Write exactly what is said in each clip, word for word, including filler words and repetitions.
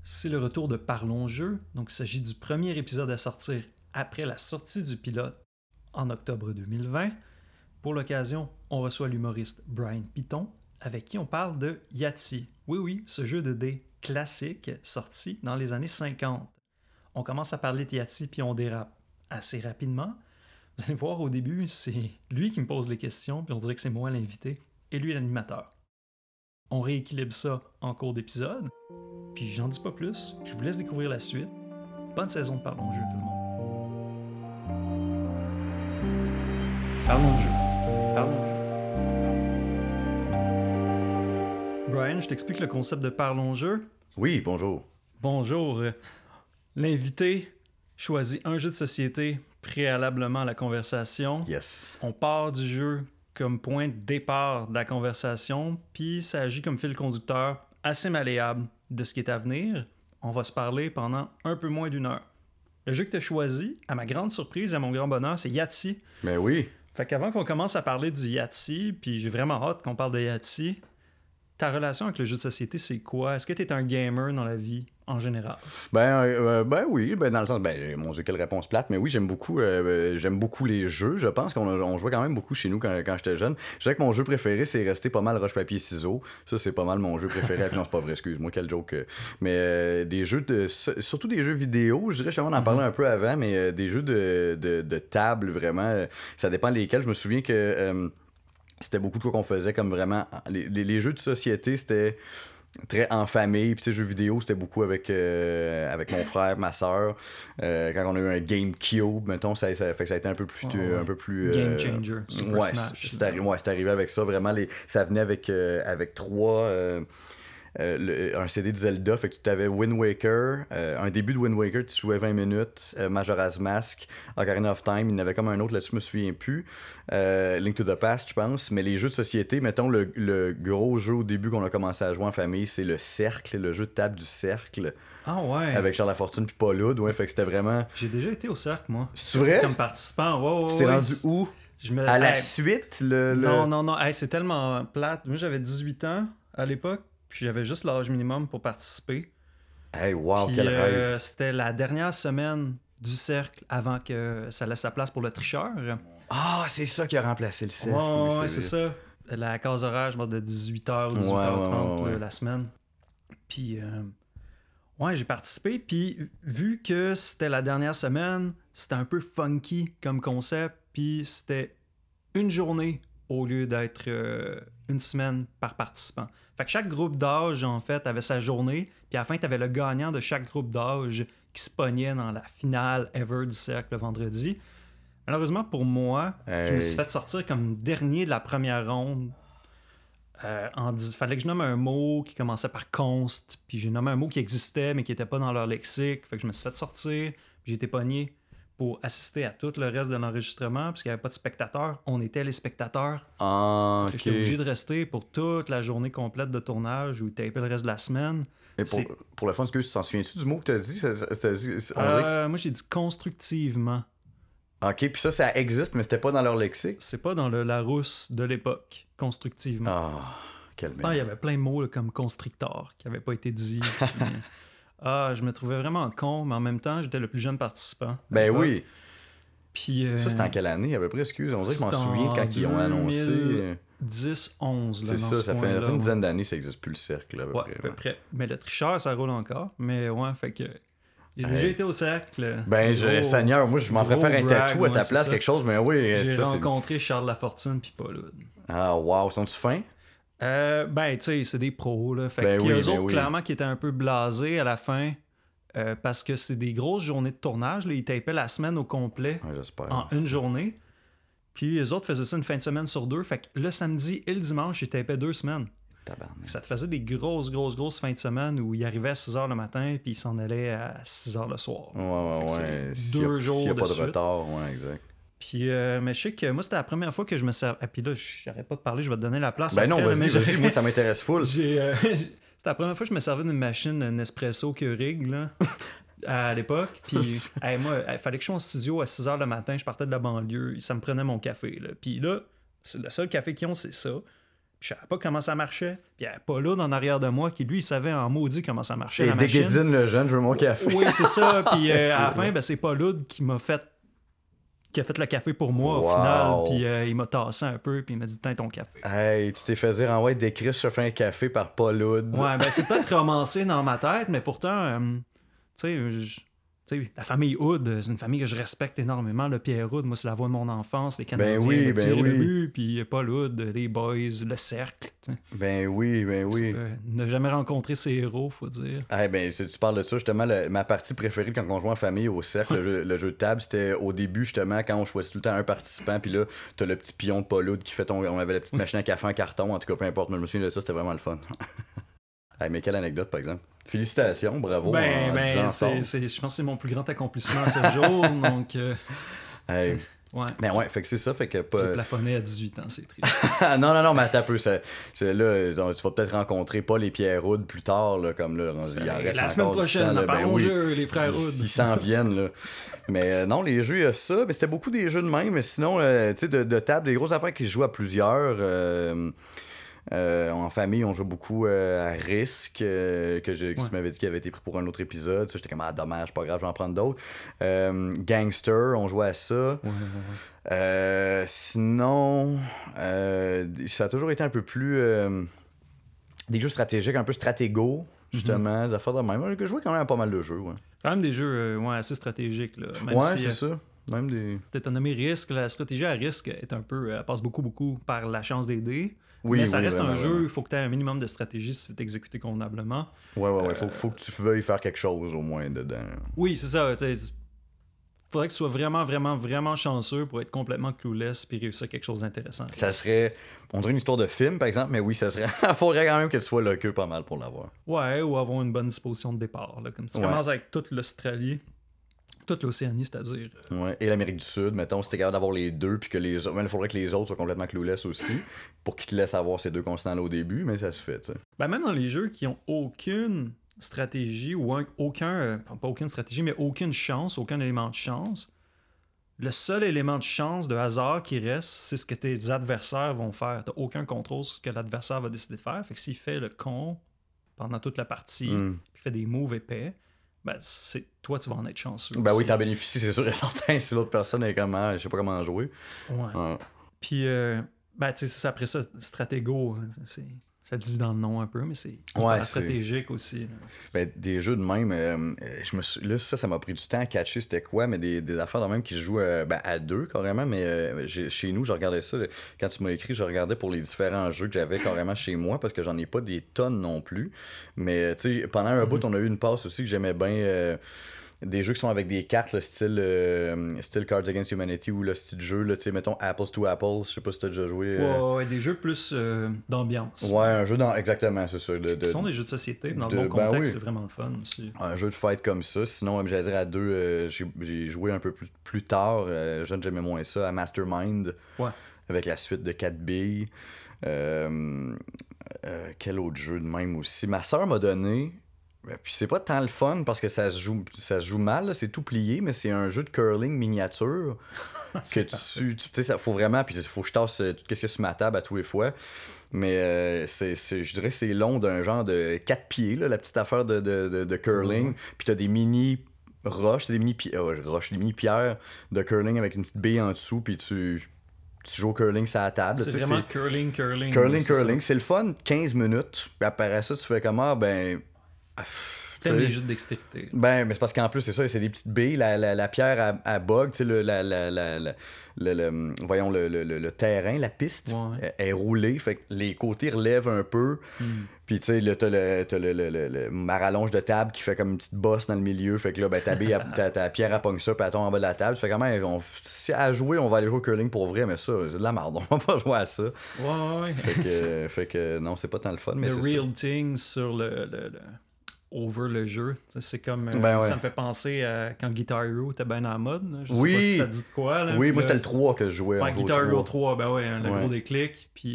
C'est le retour de Parlons Jeu, donc il s'agit du premier épisode à sortir après la sortie du pilote en octobre deux mille vingt. Pour l'occasion, on reçoit l'humoriste Brian Piton, avec qui on parle de Yahtzee. Oui, oui, ce jeu de dés classique sorti dans les années cinquante. On commence à parler de Yahtzee puis on dérape assez rapidement. Vous allez voir, au début, c'est lui qui me pose les questions, puis on dirait que c'est moi l'invité, et lui l'animateur. On rééquilibre ça en cours d'épisode, puis j'en dis pas plus, je vous laisse découvrir la suite. Bonne saison de Parlons Jeu, tout le monde. Parlons Jeu. Parlons Jeu. Brian, je t'explique le concept de Parlons Jeu. Oui, bonjour. Bonjour. L'invité choisit un jeu de société préalablement à la conversation. Yes. On part du jeu comme point de départ de la conversation, puis ça agit comme fil conducteur assez malléable de ce qui est à venir. On va se parler pendant un peu moins d'une heure. Le jeu que tu as choisi, à ma grande surprise et à mon grand bonheur, c'est Yahtzee. Ben oui. Fait qu'avant qu'on commence à parler du Yahtzee, puis j'ai vraiment hâte qu'on parle de Yahtzee, ta relation avec le jeu de société, c'est quoi? Est-ce que tu es un gamer dans la vie, en général? Ben, euh, ben oui, ben dans le sens, ben mon Dieu, quelle réponse plate, mais oui, j'aime beaucoup, euh, j'aime beaucoup les jeux. Je pense qu'on a, on jouait quand même beaucoup chez nous quand, quand j'étais jeune. Je dirais que mon jeu préféré, c'est resté pas mal roche-papier-ciseaux. Ça, c'est pas mal mon jeu préféré. Non, c'est pas vrai, excuse-moi, quel joke. Mais euh, des jeux de, surtout des jeux vidéo, je dirais, justement, on en parlait un peu avant, mais euh, des jeux de, de, de table, vraiment, euh, ça dépend lesquels. Je me souviens que euh, c'était beaucoup de quoi qu'on faisait, comme vraiment, les, les, les jeux de société, c'était très en famille, puis ces jeux vidéo, c'était beaucoup avec, euh, avec mon frère, ma soeur. Euh, quand on a eu un GameCube, mettons, ça, ça, fait que ça a été un peu plus... Oh, ouais. un peu plus Game euh, changer, Super ouais, Smash. C'est, arri- ouais, c'est arrivé avec ça, vraiment, les, ça venait avec, euh, avec trois... Euh, Euh, le, un C D de Zelda, fait que tu avais Wind Waker, euh, un début de Wind Waker, tu jouais vingt minutes, euh, Majora's Mask, Ocarina of Time, il y en avait comme un autre là-dessus, je me souviens plus, euh, Link to the Past, je pense, mais les jeux de société, mettons le, le gros jeu au début qu'on a commencé à jouer en famille, c'est le Cercle, le jeu de table du Cercle. Ah ouais. Avec Charles Lafortune puis Paul Hood, ouais, fait que c'était vraiment... J'ai déjà été au cercle, moi. C'est vrai? Comme participant, ouais, ouais, C'est ouais. rendu où? Je me... À la hey, suite, le... le... Non, non, non, hey, c'est tellement plate. Moi, j'avais dix-huit ans à l'époque, puis j'avais juste l'âge minimum pour participer. Hey, wow, puis, quel euh, rêve. c'était la dernière semaine du cercle avant que ça laisse sa place pour le tricheur. Ah, c'est ça qui a remplacé le Cercle. Ouais, oui, ouais, c'est ça. La case horaire, je pense, de dix-huit heures ou dix-huit heures trente Ouais, ouais, ouais, ouais. là, la semaine. Puis, euh, ouais, j'ai participé. Puis, vu que c'était la dernière semaine, c'était un peu funky comme concept. Puis, c'était une journée au lieu d'être euh, une semaine par participant. Fait que chaque groupe d'âge, en fait, avait sa journée. Puis, à la fin, tu avais le gagnant de chaque groupe d'âge qui se pognait dans la finale ever du cercle le vendredi. Malheureusement pour moi, Hey. je me suis fait sortir comme dernier de la première ronde. Euh, en dis... Fallait que je nomme un mot qui commençait par const, puis j'ai nommé un mot qui existait mais qui n'était pas dans leur lexique. Fait que je me suis fait sortir, puis j'ai été pogné pour assister à tout le reste de l'enregistrement, puisqu'il n'y avait pas de spectateurs. On était les spectateurs. Ah, Fait que ok. J'étais obligé de rester pour toute la journée complète de tournage où ils tapaient le reste de la semaine. Mais pour, C'est- pour le fun, est-ce que tu t'en souviens-tu du mot que tu as dit? Ça- ça- ça- ça- on dirait que- Euh, moi, j'ai dit constructivement. Ok, puis ça, ça existe, mais c'était pas dans leur lexique. C'est pas dans le Larousse de l'époque, constructivement. Ah, quel Ah, il y merde. avait plein de mots là, comme constrictor qui n'avaient pas été dits. Puis, ah, je me trouvais vraiment con, mais en même temps, j'étais le plus jeune participant. à Ben l'époque. oui. Puis, euh, Ça, c'était en quelle année, à peu près, excuse? On dirait que je m'en c'était souviens en quand ils ont annoncé. euh, dix onze. C'est ça, ça fait, ça fait une dizaine d'années, ça existe plus le cercle, là, à peu Ouais, près, à peu ouais. près. Mais le tricheur, ça roule encore. Mais ouais, fait que. J'ai Hey. déjà été au cercle. Ben, je, Gros- Seigneur, moi, je m'en gros préfère un brag, tatou à moi, ta c'est place, ça. quelque chose, mais oui, J'ai ça, c'est... rencontré Charles Lafortune puis Paul Hood. Ah, wow, sont-tu fins? Euh, ben, tu sais, c'est des pros, là. Fait Ben que oui, eux ben autres, oui. clairement, qui étaient un peu blasés à la fin, euh, parce que c'est des grosses journées de tournage. Là. Ils tapaient la semaine au complet Ouais, j'espère. en une journée. Puis les autres faisaient ça une fin de semaine sur deux. Fait que le samedi et le dimanche, ils tapaient deux semaines. Tabarnak. Ça te faisait des grosses, grosses, grosses fins de semaine où ils arrivaient à six heures le matin puis ils s'en allaient à six heures le soir. Ouais, ouais, Fait que ouais. c'est S'il y a- deux jours S'il n'y a de pas de suite. retard, ouais, exact. Puis, euh, mais je sais que moi, c'était la première fois que je me servais. Et puis là, j'arrête pas de parler, je vais te donner la place. Ben non, après, là, vas-y, mais vas-y, j'ai- moi, ça m'intéresse full. J'ai, euh, C'était la première fois que je me servais d'une machine Nespresso Keurig, là, à l'époque. Puis, hey, moi, il fallait que je sois en studio à six heures le matin, je partais de la banlieue, ça me prenait mon café, là. Puis là, c'est le seul café qu'ils ont, c'est ça. Puis je savais pas comment ça marchait. Puis il y avait Paul en arrière de moi qui, lui, il savait en maudit comment ça marchait. Et la machine. Déguédine, le jeune, je veux mon café. Oui, c'est ça. Puis euh, à la fin, ben, c'est Paul qui m'a fait qui a fait le café pour moi wow. au final. Puis euh, il m'a tassé un peu. Puis il m'a dit, tiens ton café. Hey, tu t'es fait dire en ouais, décrire je fais un café par Paul Hood. Ouais, ben c'est peut-être romancé dans ma tête, mais pourtant, euh, tu sais, je. T'sais, la famille Hood, c'est une famille que je respecte énormément. Le Pierre Hood, moi, c'est la voix de mon enfance. Les Canadiens, ben oui, le ben tir oui. le but, puis Paul Hood, les Boys, le Cercle. T'sais. Ben oui, ben oui. Euh, ne jamais rencontrer ses héros, faut dire. Eh ben, si tu parles de ça, justement, le- ma partie préférée quand on jouait en famille au cercle, le, jeu, le jeu de table, c'était au début, justement, quand on choisit tout le temps un participant, puis là, t'as le petit pion de Paul Hood qui fait ton. On avait la petite machine à café en carton, en tout cas, peu importe, mais je me souviens de ça, c'était vraiment le fun. Hey, mais quelle anecdote, par exemple. Félicitations, bravo. Ben, en ben dix ans c'est, c'est, je pense que c'est mon plus grand accomplissement ce jour. Donc, euh, hey. ouais. Ben ouais, fait que c'est ça, fait que pas. J'ai plafonné à dix-huit ans, c'est triste. non, non, non, mais attends un peu. C'est, c'est là, tu vas peut-être rencontrer Paul et Pierre Hood plus tard, là, comme là, il en reste la encore semaine du prochaine, temps, là, ben oui, jeu, les frères Hood. Ils, ils s'en viennent, là. Mais euh, non, les jeux, il y a ça. Mais c'était beaucoup des jeux de même. Mais sinon, euh, tu sais, de, de table, des grosses affaires qui se jouent à plusieurs. Euh, Euh, en famille, on joue beaucoup euh, à Risk, euh, que, je, que ouais. tu m'avais dit qu'il avait été pris pour un autre épisode. Ça, j'étais comme, ah, dommage, pas grave, je vais en prendre d'autres. Euh, Gangster, on jouait à ça. Ouais, ouais, ouais. Euh, sinon, euh, ça a toujours été un peu plus. Euh, des jeux stratégiques, un peu stratégo, justement, mm-hmm. des affaires de même. Je jouais quand même à pas mal de jeux. Ouais. Quand même des jeux euh, ouais, assez stratégiques. Là. Même ouais, si, c'est euh, ça. Même des. Peut-être un nommé Risk. La stratégie à Risk est un peu. Elle passe beaucoup, beaucoup par la chance des dés. Oui, mais ça oui, reste vraiment, un jeu, vraiment. il faut que tu aies un minimum de stratégie si tu veux t'exécuter convenablement. Ouais, ouais, ouais. Euh, faut, faut que tu veuilles faire quelque chose au moins dedans. Oui, c'est ça. Il faudrait que tu sois vraiment, vraiment, vraiment chanceux pour être complètement clueless et réussir quelque chose d'intéressant. Ça serait, on dirait une histoire de film, par exemple, mais oui, ça serait. Il faudrait quand même que tu sois loqueux pas mal pour l'avoir. Ouais, ou avoir une bonne disposition de départ. Là. Comme tu ouais. commences avec toute l'Australie. Toute l'Océanie, c'est-à-dire. Ouais, et l'Amérique du Sud, mettons, si t'es capable d'avoir les deux, puis que les autres. Il faudrait que les autres soient complètement clueless aussi, pour qu'ils te laissent avoir ces deux continents-là au début, mais ça se fait, tu sais. Ben, même dans les jeux qui ont aucune stratégie, ou un, aucun. Euh, pas aucune stratégie, mais aucune chance, aucun élément de chance, le seul élément de chance, de hasard qui reste, c'est ce que tes adversaires vont faire. T'as aucun contrôle sur ce que l'adversaire va décider de faire. Fait que s'il fait le con pendant toute la partie, mm. puis fait des moves épais, ben, c'est toi, tu vas en être chanceux. Ben aussi. oui, t'en bénéficies, c'est sûr et certain. Si l'autre personne est comment, je sais pas comment jouer. Ouais. ouais. Puis, euh, ben, tu sais, après ça, stratégo, c'est, ça le dit dans le nom un peu, mais c'est ouais, stratégique c'est... aussi. Là. Ben, des jeux de même, euh, je me suis... là, ça, ça m'a pris du temps à catcher c'était quoi, mais des, des affaires de même qui se jouent euh, ben, à deux carrément, mais euh, chez nous, je regardais ça. Quand tu m'as écrit, je regardais pour les différents jeux que j'avais carrément chez moi, parce que j'en ai pas des tonnes non plus. Mais, tu sais, pendant un mm-hmm. bout, on a eu une passe aussi que j'aimais bien. Euh, des jeux qui sont avec des cartes, le style, euh, style Cards Against Humanity ou le style jeu, là, tu sais, mettons Apples to Apples, je sais pas si t'as déjà joué. Euh... Ouais, ouais, des jeux plus euh, d'ambiance. Ouais, un jeu dans. Exactement, c'est ça. Ce sont des jeux de société, dans de... le bon contexte, ben oui. C'est vraiment le fun aussi. Un jeu de fight comme ça. Sinon, j'allais dire à deux, euh, j'ai, j'ai joué un peu plus, plus tard, euh, jeune, j'aimais moins ça, à Mastermind, ouais. avec la suite de quatre billes. Euh, euh, quel autre jeu de même aussi? Ma soeur m'a donné. Puis c'est pas tant le fun parce que ça se joue, ça se joue mal, là, c'est tout plié, mais c'est un jeu de curling miniature que tu, tu sais, ça faut vraiment, puis il faut que je tasse tout ce qu'il y a sur ma table à tous les fois. Mais euh, c'est, c'est, je dirais que c'est long d'un genre de quatre pieds, là, la petite affaire de, de, de, de curling. Mm-hmm. Puis t'as des mini roches, des mini pi- oh, roches, des mini pierres de curling avec une petite bille en dessous, puis tu. Tu joues au curling sur la table. C'est vraiment c'est... curling, curling. Curling, c'est curling. Ça. C'est le fun, quinze minutes. Puis après ça, tu fais comment? Ben. T'aimes les jeux de dextérité. Ben, mais c'est parce qu'en plus, c'est ça, c'est des petites billes. La, la, la pierre à, à bug, tu sais, le, la, la, la, la, le, le, voyons, le, le, le terrain, la piste ouais. est roulée. Fait que les côtés relèvent un peu. Mm. Puis, tu sais, là, t'as le, t'as le, le, le, le marallonge de table qui fait comme une petite bosse dans le milieu. Fait que là, ben, ta, bille, ta, ta pierre, elle pogne ça, puis elle tombe en bas de la table. Fait quand même, on, si à jouer, on va aller jouer au curling pour vrai, mais ça, c'est de la merde. On va pas jouer à ça. Ouais, ouais. Fait que, fait que non, c'est pas tant le fun, mais The c'est real ça. thing sur le... le, le... over le jeu. T'sais, c'est comme euh, ben ouais. ça me fait penser à quand Guitar Hero était bien en mode. Là. Je sais oui. pas si ça dit de quoi. Là, oui, moi là, c'était le trois que je jouais. Ouais, Guitar Hero trois, ben ouais, le ouais. gros déclic. Puis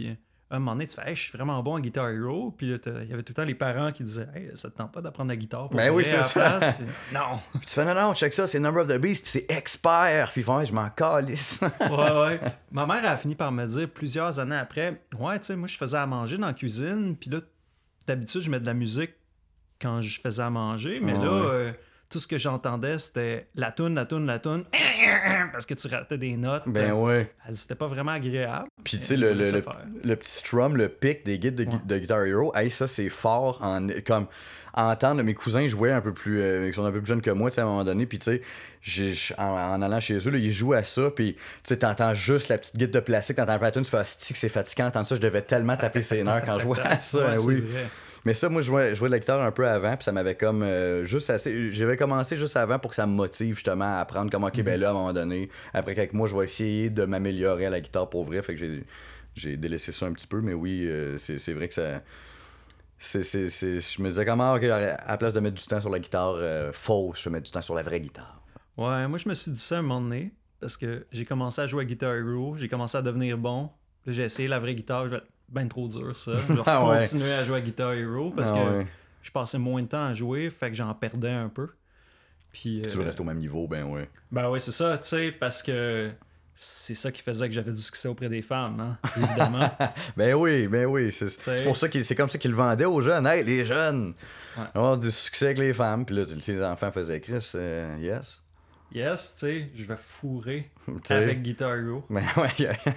un moment donné, tu fais hey, je suis vraiment bon à Guitar Hero. Puis là, il y avait tout le temps les parents qui disaient hey, ça te tente pas d'apprendre la guitare pour Ben oui, vrai c'est à la ça. place? Puis, non. Puis tu fais non, non, check ça, c'est Number of the Beast, puis c'est expert. Puis ils font, hey, je m'en calisse. Ouais, ouais. Ma mère a fini par me dire plusieurs années après ouais, tu sais, moi, je faisais à manger dans la cuisine. Puis là, d'habitude, je mets de la musique quand je faisais à manger. Mais Ouais. là, euh, tout ce que j'entendais, c'était la toune, la toune, la toune. Parce que tu ratais des notes. Ben ouais. Elle dit, c'était pas vraiment agréable. Puis mais tu sais, je le, voulais le, ça le, faire. le petit strum, le pic des guides de, Ouais. de Guitar Hero, hey, ça c'est fort en comme à entendre mes cousins jouer un peu plus euh, qui sont un peu plus jeunes que moi, tu sais, à un moment donné, puis tu sais, j'ai- en, en allant chez eux, là, ils jouent à ça, puis tu sais, t'entends juste la petite guide de plastique, t'entends la tune, tu fais stick, c'est fatigant, entendre ça, je devais tellement taper ses nerfs quand je jouais à ça, Ouais, hein, c'est oui. vrai. Mais ça, moi, je jouais, je jouais de la guitare un peu avant, puis ça m'avait comme euh, juste assez. J'avais commencé juste avant pour que ça me motive justement à apprendre comme, ok, ben là, à un moment donné, après quelques mois, je vais essayer de m'améliorer à la guitare pour vrai. Fait que j'ai, j'ai délaissé ça un petit peu, mais oui, euh, c'est, c'est vrai que ça. C'est, c'est, c'est, je me disais comment, ok, à la place de mettre du temps sur la guitare euh, fausse, je vais mettre du temps sur la vraie guitare. Ouais, moi, je me suis dit ça un moment donné. Parce que j'ai commencé à jouer à Guitar Hero. J'ai commencé à devenir bon. Là, j'ai essayé la vraie guitare. Je vais ben trop dur, ça. Je vais Ah ouais. continuer à jouer à Guitar Hero. Parce Ah que ouais. je passais moins de temps à jouer. Fait que j'en perdais un peu. Puis, Tu euh, veux rester au même niveau, ben ouais. Ben oui, c'est ça, tu sais, parce que c'est ça qui faisait que j'avais du succès auprès des femmes, hein, évidemment. Ben oui, ben oui. C'est, c'est pour ça que c'est comme ça qu'ils le vendaient aux jeunes. Hey, les jeunes! Ouais. Avoir du succès avec les femmes. Puis là, les enfants faisaient Chris, euh, yes. Yes, tu sais, je vais fourrer T'sais. avec Guitar Hero. Ben ouais.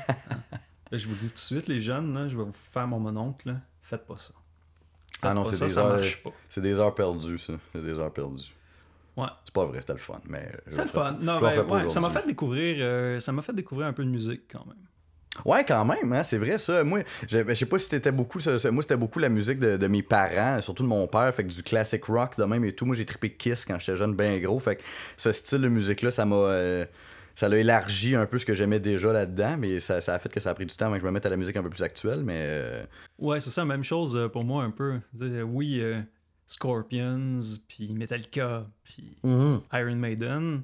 Là, je vous dis tout de suite, les jeunes, là, je vais vous faire mon mononcle, là. Faites pas ça. Faites Ah non, pas c'est ça, des ça heures. marche pas. C'est des heures perdues, ça. C'est des heures perdues. Ouais. C'est pas vrai, c'était le fun. Mais je C'était le le ferai- fun. Non, je le ben, ferai pas ouais, ça m'a aujourd'hui. fait découvrir euh, ça m'a fait découvrir un peu de musique quand même. Ouais, quand même, hein, c'est vrai ça. Moi, je je sais pas si c'était beaucoup. ça- ça- moi, c'était beaucoup la musique de, de mes parents, surtout de mon père, fait que du classic rock de même et tout. Moi, j'ai trippé Kiss quand j'étais jeune, ben gros. Fait que ce style de musique-là, ça m'a. euh, ça l'a élargi un peu ce que j'aimais déjà là-dedans, mais ça, ça a fait que ça a pris du temps avant que je me mette à la musique un peu plus actuelle, mais. euh, Ouais, c'est ça, même chose euh, pour moi un peu. Tu sais, oui, euh, Scorpions, puis Metallica, puis Iron Maiden.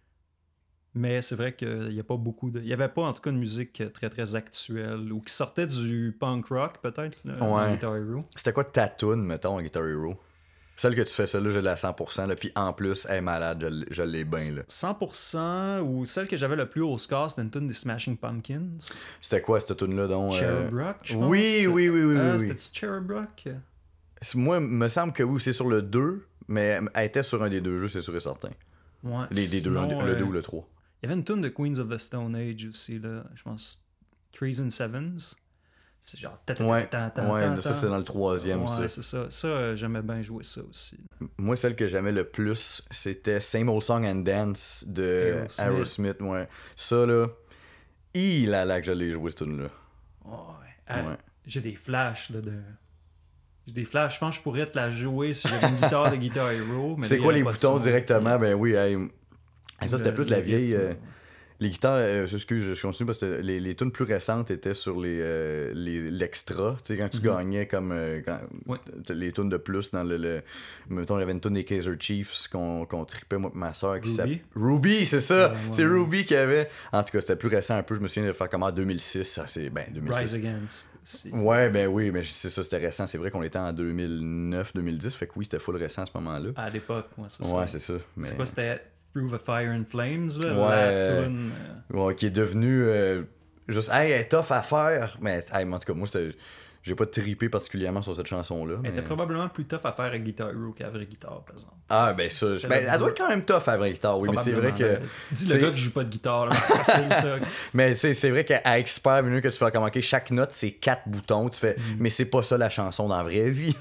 Mais c'est vrai qu'il n'y a pas beaucoup de. Il n'y avait pas en tout cas de musique très très actuelle ou qui sortait du punk rock peut-être, là, dans Ouais. Guitar Hero. C'était quoi ta tune, mettons, en Guitar Hero? Celle que tu fais ça là, je l'ai à cent pour cent, là, puis en plus, elle est malade, je, l- je l'ai bien, là. cent pour cent ou celle que j'avais le plus haut score, c'était une tune des Smashing Pumpkins. C'était quoi cette tune-là, donc? euh, Cherub Rock, je pense. Oui, oui, oui, oui, Euh, oui, oui. C'était-tu Cherub Rock? Moi, il me semble que oui, c'est sur le deux, mais elle était sur un des deux jeux, c'est sûr et certain. Ouais. Les, les deux, sinon, un- le euh, deux ou le trois. Il y avait une tune de Queens of the Stone Age aussi, là. Je pense. Threes and Sevens. C'est genre. ta- ta- Ouais, ta- ta- ouais, ta- ça c'est dans le troisième, Ouais, ça. c'est ça. Ça, euh, j'aimais bien jouer ça aussi. Moi, celle que j'aimais le plus, c'était Same Old Song and Dance de Aerosmith. Aerosmith, ouais. Ça, là, il a là que je l'ai joué, cette tune-là. Ouais. Ah, Ouais. J'ai des flashs, là, de. J'ai des flashs. Je pense que je pourrais te la jouer si j'avais une guitare de Guitar Hero. mais C'est là, quoi il y les avait pas de boutons son, directement? puis- Ben oui, hey. Hey, ça, c'était Le- plus la le vieille. rythme. euh, Les guitares, euh, excuse, je continue parce que les, les tunes plus récentes étaient sur les, euh, les l'extra. Tu sais, quand tu Mhm. gagnais comme euh, quand, Ouais. t- les tunes de plus dans le. le mettons, il y avait une tune des Kaiser Chiefs qu'on qu'on tripait, moi et ma soeur. Qui Ruby? s'appelle- Ruby, c'est ça! Ouais, ouais, c'est ouais. Ruby qui avait. En tout cas, c'était plus récent un peu. Je me souviens de faire comme en deux mille six. Ça, c'est. Ben, deux mille six. Rise Against aussi. Ouais, ben oui, mais c'est ça, c'était récent. C'est vrai qu'on était en deux mille neuf deux mille dix. Fait que oui, c'était full récent à ce moment-là. À l'époque, ouais, c'est Ouais, ça. c'est ça. Mais... C'est quoi, c'était Through the Fire and Flames, là? Ouais. La tune, euh, Ouais, qui est devenu euh, juste, hey, elle est tough à faire. Mais, hey, en tout cas, moi, c'était, j'ai pas trippé particulièrement sur cette chanson-là. Elle Mais... était probablement plus tough à faire avec Guitar Hero qu'à vraie guitare, par exemple. Ah, ben ça, C'était ben, le elle doit deux. être quand même tough à la vraie guitare, oui, mais c'est vrai que. Probablement, là. Dis c'est- le gars qui joue pas de guitare, là. Facile, ça. Mais c'est, c'est vrai qu'à expert, mieux que tu fais comme, ok, chaque note, c'est quatre boutons. Tu fais, Mm. mais c'est pas ça la chanson dans la vraie vie.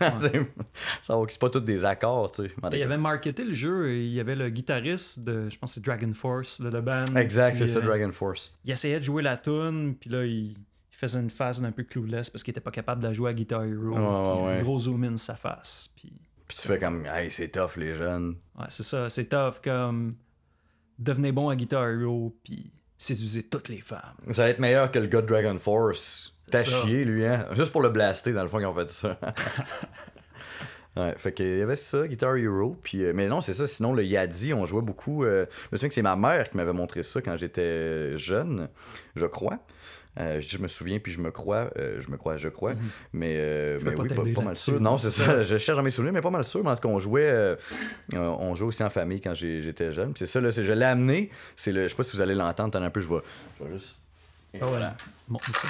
ça va, c'est pas tous des accords, tu sais. Il y avait marketé le jeu, et il y avait le guitariste de, je pense que c'est Dragon Force, là, le band. Exact, Puis, c'est ça, euh, Dragon Force. Il essayait de jouer la tune, puis là, il, il faisait une phase d'un peu clueless parce qu'il était pas capable de jouer à Guitar Hero. Ouais, puis ouais, ouais. Un gros zoom in sur sa face. Puis, Puis tu fais comme, hey, c'est tough, les jeunes. ouais, c'est ça, c'est tough comme devenez bon à Guitar Hero, puis séduisez toutes les femmes. Ça va être meilleur que le gars de Dragon Force. T'as C'est ça. chié, lui, hein? Juste pour le blaster, dans le fond, qu'ils ont fait ça. Ouais, fait qu'il y avait ça, Guitar Hero. Puis, euh, mais non, c'est ça. Sinon, le Yadi, on jouait beaucoup. Euh, je me souviens que c'est ma mère qui m'avait montré ça quand j'étais jeune, je crois. Euh, je dis je me souviens puis je me crois, euh, je me crois, je crois, mm-hmm. mais, euh, je mais pas oui, pas, pas mal sûr. Non, c'est ça, ça. Je cherche dans mes souvenirs, mais pas mal sûr. Mais en tout cas, on jouait, euh, on jouait aussi en famille quand j'ai, j'étais jeune. Puis c'est ça, là, c'est, je l'ai amené. C'est le, je sais pas si vous allez l'entendre, un peu, je vais, je vais juste. Et ah voilà. Bon, ça.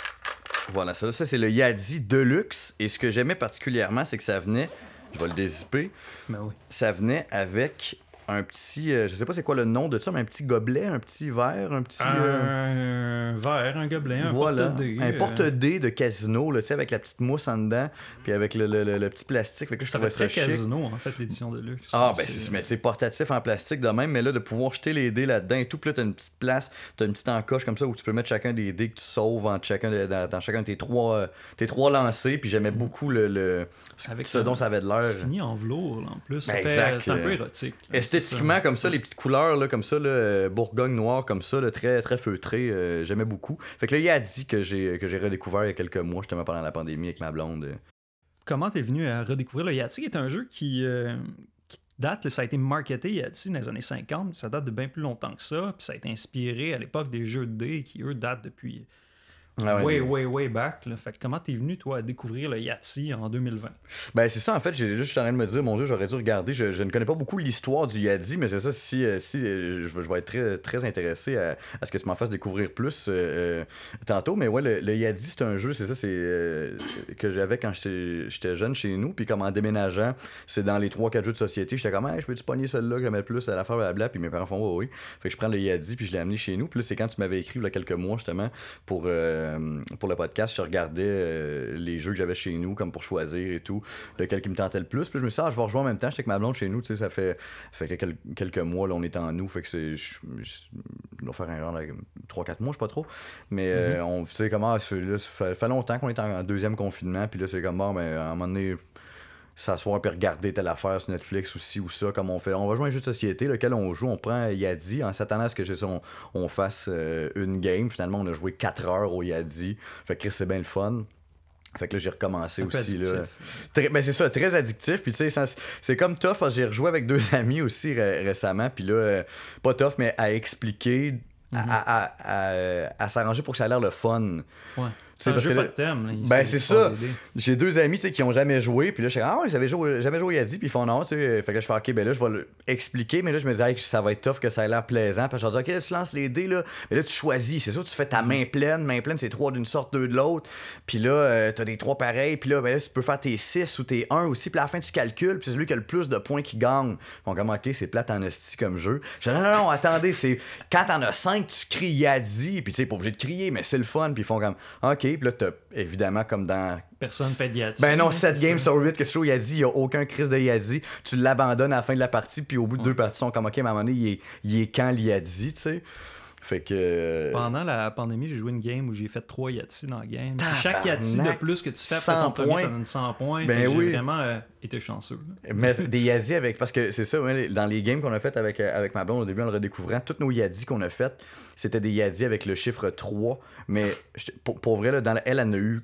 Voilà, ça, ça c'est le Yadzi Deluxe. Et ce que j'aimais particulièrement, c'est que ça venait, je vais le dézipper, ben oui. ça venait avec un petit, euh, je sais pas c'est quoi le nom de ça, mais un petit gobelet, un petit verre, un petit... Euh... Un verre, un gobelet, un voilà, porte-dés. Un porte-dés de casino, là, avec la petite mousse en dedans, puis avec le, le, le, le petit plastique. Fait que je ça trouvais ça chic. casino, en fait, l'édition de luxe. Ah, ben c'est, c'est, mais c'est portatif en plastique de même, mais là, de pouvoir jeter les dés là-dedans et tout, puis là, t'as une petite place, t'as une petite encoche comme ça où tu peux mettre chacun des dés que tu sauves entre chacun de, dans, dans chacun de tes trois, euh, tes trois lancers, puis j'aimais beaucoup le, le avec ce dont ça avait de l'air. C'est fini en velours, là, en plus. Ça ben fait, exact, c'est un peu érotique. Là, esthétiquement, ça. Comme ça, les petites couleurs, là, comme ça, là, Bourgogne noir, comme ça, là, très, très feutré, euh, j'aimais beaucoup. Fait que là, il a dit que j'ai, que j'ai redécouvert il y a quelques mois, justement pendant la pandémie avec ma blonde. Comment t'es venu à redécouvrir le Yahtzee, qui est un jeu qui, euh, qui date, là, ça a été marketé Yahtzee dans les années cinquante, ça date de bien plus longtemps que ça, puis ça a été inspiré à l'époque des jeux de dés qui, eux, datent depuis ah ouais, way, mais... way, way back. Là. Fait que comment t'es venu, toi, à découvrir le Yahtzee en deux mille vingt? Ben, c'est ça, en fait, j'ai juste, je suis en train de me dire, mon Dieu, j'aurais dû regarder. Je, je ne connais pas beaucoup l'histoire du Yahtzee, mais c'est ça, si, si je, je vais être très, très intéressé à, à ce que tu m'en fasses découvrir plus euh, tantôt. Mais ouais, le, le Yahtzee, c'est un jeu, c'est ça, c'est euh, que j'avais quand j'étais, j'étais jeune chez nous. Puis comme en déménageant, c'est dans les trois quatre jeux de société, j'étais comme, hey, je peux-tu pogner celui-là, que j'aimais plus à l'affaire, blabla. Puis mes parents font, oui, oui. Fait que je prends le Yahtzee, puis je l'ai amené chez nous. Puis là, c'est quand tu m'avais écrit il y a quelques mois, justement, pour, euh, pour le podcast, je regardais euh, les jeux que j'avais chez nous comme pour choisir et tout, lequel qui me tentait le plus. Puis je me suis dit, ah, je vais rejoindre en même temps, j'étais avec ma blonde chez nous, tu sais, ça fait, ça fait quelques, quelques mois, là, on est en août, fait que c'est, je, je, je dois faire un genre de trois quatre mois, je sais pas trop. Mais mm-hmm. euh, on, tu sais, comment, là, ça fait, fait longtemps qu'on est en deuxième confinement, puis là, c'est comme, bon, mais à un moment donné, s'asseoir puis regarder telle affaire sur Netflix ou ci ou ça, comme on fait. On va jouer un jeu de société, lequel on joue, on prend Yahtzee, en s'attendant à ce que on, on fasse euh, une game. Finalement, on a joué quatre heures au Yahtzee. Fait que c'est bien le fun. Fait que là, j'ai recommencé un aussi. Là. Très, ben c'est ça, très addictif. Puis tu sais, c'est comme tough, parce que j'ai rejoué avec deux amis aussi ré- récemment. Puis là, euh, pas tough, mais à expliquer, mm-hmm. à, à, à, à s'arranger pour que ça a l'air le fun. Ouais. C'est un jeu pas de thème. Là, ben c'est ça. J'ai deux amis qui ont jamais joué. Puis là, je suis ah ouais, j'avais joué, jamais joué au Yahtzee. Puis ils font non. Tu sais. Fait que là, je fais ok, ben là, je vais l'expliquer. Mais là, je me disais hey, ça va être tough, que ça a l'air plaisant. Puis je leur dis ok, là, tu lances les dés. Là. Mais là, tu choisis. C'est ça, tu fais ta main pleine. Main pleine, c'est trois d'une sorte, deux de l'autre. Puis là, euh, t'as des trois pareils. Puis là, ben là, tu peux faire tes six ou tes un aussi. Puis à la fin, tu calcules. Puis c'est celui qui a le plus de points qui gagne. Bon, comme ok, c'est plate en esti comme jeu. Je dis non, non, non, attendez. c'est Quand t'en as cinq, tu cries Yahtzee. Puis tu sais, pas obligé de crier, mais c'est le fun. Puis ils font comme ok. Puis là, t'as évidemment, comme dans... Personne fait de Yahtzee. Ben non, sept games sur huit que tu joues au Yahtzee, il n'y a aucun crise de Yahtzee. Tu l'abandonnes à la fin de la partie, puis au bout de ouais. deux parties, ils sont comme, OK, à un moment donné, il est, il est quand le Yahtzee, tu sais? Fait que... Pendant la pandémie, j'ai joué une game où j'ai fait trois Yahtzee dans la game. Puis chaque Yahtzee de plus que tu fais après ton premier, ça donne cent points. Ben oui. J'ai vraiment euh, été chanceux. Là. Mais des Yahtzee avec... Parce que c'est ça, dans les games qu'on a fait avec, avec ma blonde, au début, en le redécouvrant, tous nos Yahtzee qu'on a fait, c'était des Yahtzee avec le chiffre trois. Mais pour, pour vrai, là, dans la, elle, elle en a eu...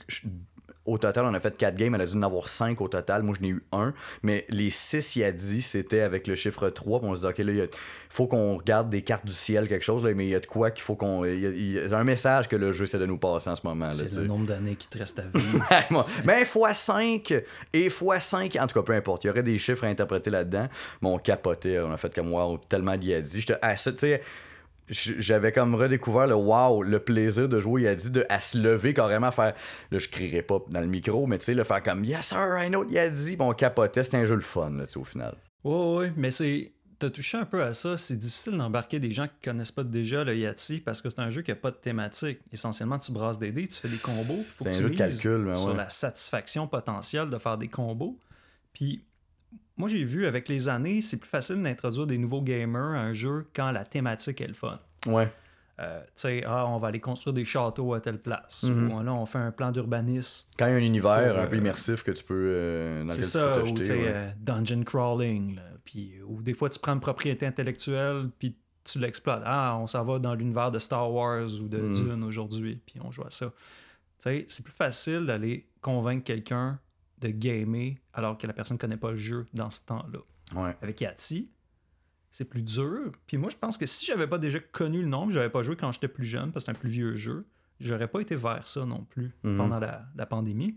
Au total, on a fait quatre games, elle a dû en avoir cinq au total. Moi, je n'ai eu un. Mais les six Yahtzee, c'était avec le chiffre trois. Puis on se dit, OK, là, il faut qu'on regarde des cartes du ciel, quelque chose. Là, mais il y a de quoi qu'il faut qu'on. Il y, a, il y a un message que le jeu essaie de nous passer en ce moment. Là, c'est t'sais. Le nombre d'années qui te reste à vivre. Mais fois cinq et fois cinq, en tout cas, peu importe. Il y aurait des chiffres à interpréter là-dedans. Mais on capotait. On a fait comme wow, tellement de Yahtzee. J'étais à ça, tu sais. J'avais comme redécouvert le wow, le plaisir de jouer. Il a dit de, à se lever carrément, faire. Là, je crierais pas dans le micro, mais tu sais, le faire comme Yes, sir, I know, il a dit. Bon, on capotait, c'était un jeu le fun, là, tu sais, au final. Ouais, ouais, mais c'est. T'as touché un peu à ça. C'est difficile d'embarquer des gens qui connaissent pas déjà le Yahtzee parce que c'est un jeu qui a pas de thématique. Essentiellement, tu brasses des dés, tu fais des combos. Faut c'est que un tu jeu de calcul, mais sur ouais. la satisfaction potentielle de faire des combos. Puis. Moi, j'ai vu, avec les années, c'est plus facile d'introduire des nouveaux gamers à un jeu quand la thématique est le fun. Ouais. Euh, tu sais, ah, on va aller construire des châteaux à telle place. Mm-hmm. Ou là, on fait un plan d'urbaniste. Quand il y a un univers pour, un peu euh, immersif que tu peux. Euh, dans c'est lequel ça, tu peux ou te tu jeter, sais, ouais. euh, dungeon crawling. Là, puis, ou des fois, tu prends une propriété intellectuelle, puis tu l'exploites. Ah, on s'en va dans l'univers de Star Wars ou de mm. Dune aujourd'hui, puis on joue à ça. Tu sais, c'est plus facile d'aller convaincre quelqu'un de gamer alors que la personne ne connaît pas le jeu dans ce temps-là. Ouais. Avec Yahtzee, c'est plus dur. Puis moi, je pense que si j'avais pas déjà connu le nom, j'avais pas joué quand j'étais plus jeune, parce que c'est un plus vieux jeu, j'aurais pas été vers ça non plus Mhm. pendant la, la pandémie.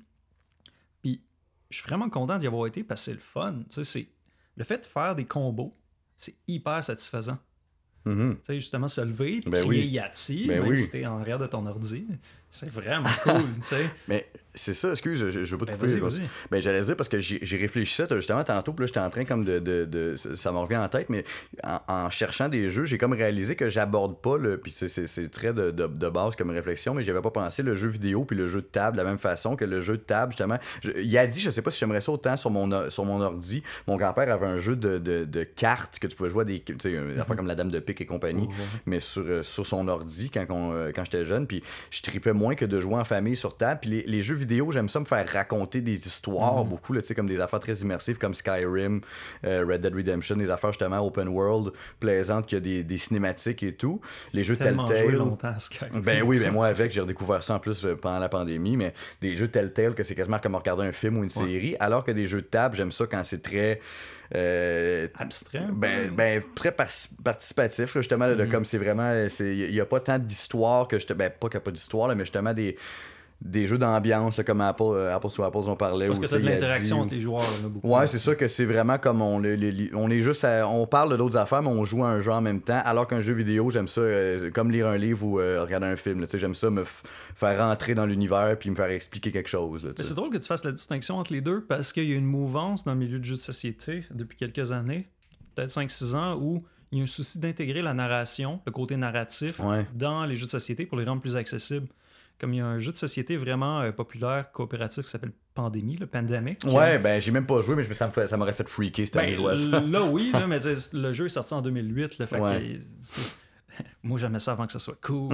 Puis je suis vraiment content d'y avoir été parce que c'est le fun. Tu sais, c'est le fait de faire des combos, c'est hyper satisfaisant. Mhm. Tu sais, justement, se lever, puis Ben crier oui. Yahtzee, Ben même oui. si t'es en arrière de ton ordi, c'est vraiment cool, tu sais. Mais c'est ça, excuse, je, je veux pas te Ben, couper. vas-y, vas-y. Ben, j'allais dire parce que j'ai j'ai réfléchi ça justement tantôt, puis là, j'étais en train comme de. de, de ça ça me revient en tête, mais en, en cherchant des jeux, j'ai comme réalisé que j'aborde pas le. Puis c'est- c'est c'est très de, de, de base comme réflexion, mais j'avais pas pensé le jeu vidéo puis le jeu de table de la même façon que le jeu de table, justement. Je- il a dit, je sais pas si j'aimerais ça autant sur mon, or- sur mon ordi. Mon grand-père avait un jeu de, de, de cartes que tu pouvais jouer à des. Tu sais, une affaire comme la Dame de Pique et compagnie, Oh, ouais. mais sur, euh, sur son ordi quand, on, euh, quand j'étais jeune. Puis je tripais moins que de jouer en famille sur table. Puis les, les jeux vidéo, j'aime ça me faire raconter des histoires Mhm. beaucoup, là, tu sais, comme des affaires très immersives comme Skyrim, euh, Red Dead Redemption, des affaires justement open world, plaisantes, qui a des, des cinématiques et tout. Les jeux Tellement joué Telltale. longtemps à Skyrim. Ben oui, ben moi avec, j'ai redécouvert ça en plus euh, pendant la pandémie, mais des jeux Telltale que c'est quasiment comme regarder un film ou une série, alors que des jeux de table, j'aime ça quand c'est très. euh, Abstrait. ben, ben, très par- participatif, là, justement, là, de Mhm. comme c'est vraiment. Il n'y a pas tant d'histoire que je te. Ben, pas qu'il n'y a pas d'histoire, là, mais justement des, des jeux d'ambiance, là, comme Apple, euh, Apple sous Apple, on parlait. Parce où, que tu t'as sais, de il a l'interaction dit- entre les joueurs, là, beaucoup. Ouais, c'est ça que c'est vraiment comme on, les- les- on est juste à- on parle d'autres affaires, mais on joue à un jeu en même temps. Alors qu'un jeu vidéo, j'aime ça euh, comme lire un livre ou euh, regarder un film. là, tu sais, j'aime ça me f- faire rentrer dans l'univers puis me faire expliquer quelque chose. Là, tu Mais sais. c'est drôle que tu fasses la distinction entre les deux parce qu'il y a une mouvance dans le milieu du jeu de société depuis quelques années, peut-être cinq six ans, où il y a un souci d'intégrer la narration, le côté narratif, Ouais. dans les jeux de société pour les rendre plus accessibles. Comme il y a un jeu de société vraiment euh, populaire, coopératif qui s'appelle Pandémie, le Pandemic. qui Ouais, a- ben j'ai même pas joué, mais je me- ça me fait- ça m'aurait fait freaker si t'avais Ben, joué à ça. là, oui, là, mais tu sais, le jeu est sorti en deux mille huit. Là, fait Ouais. que, c'est- moi, j'aimais ça avant que ça soit cool.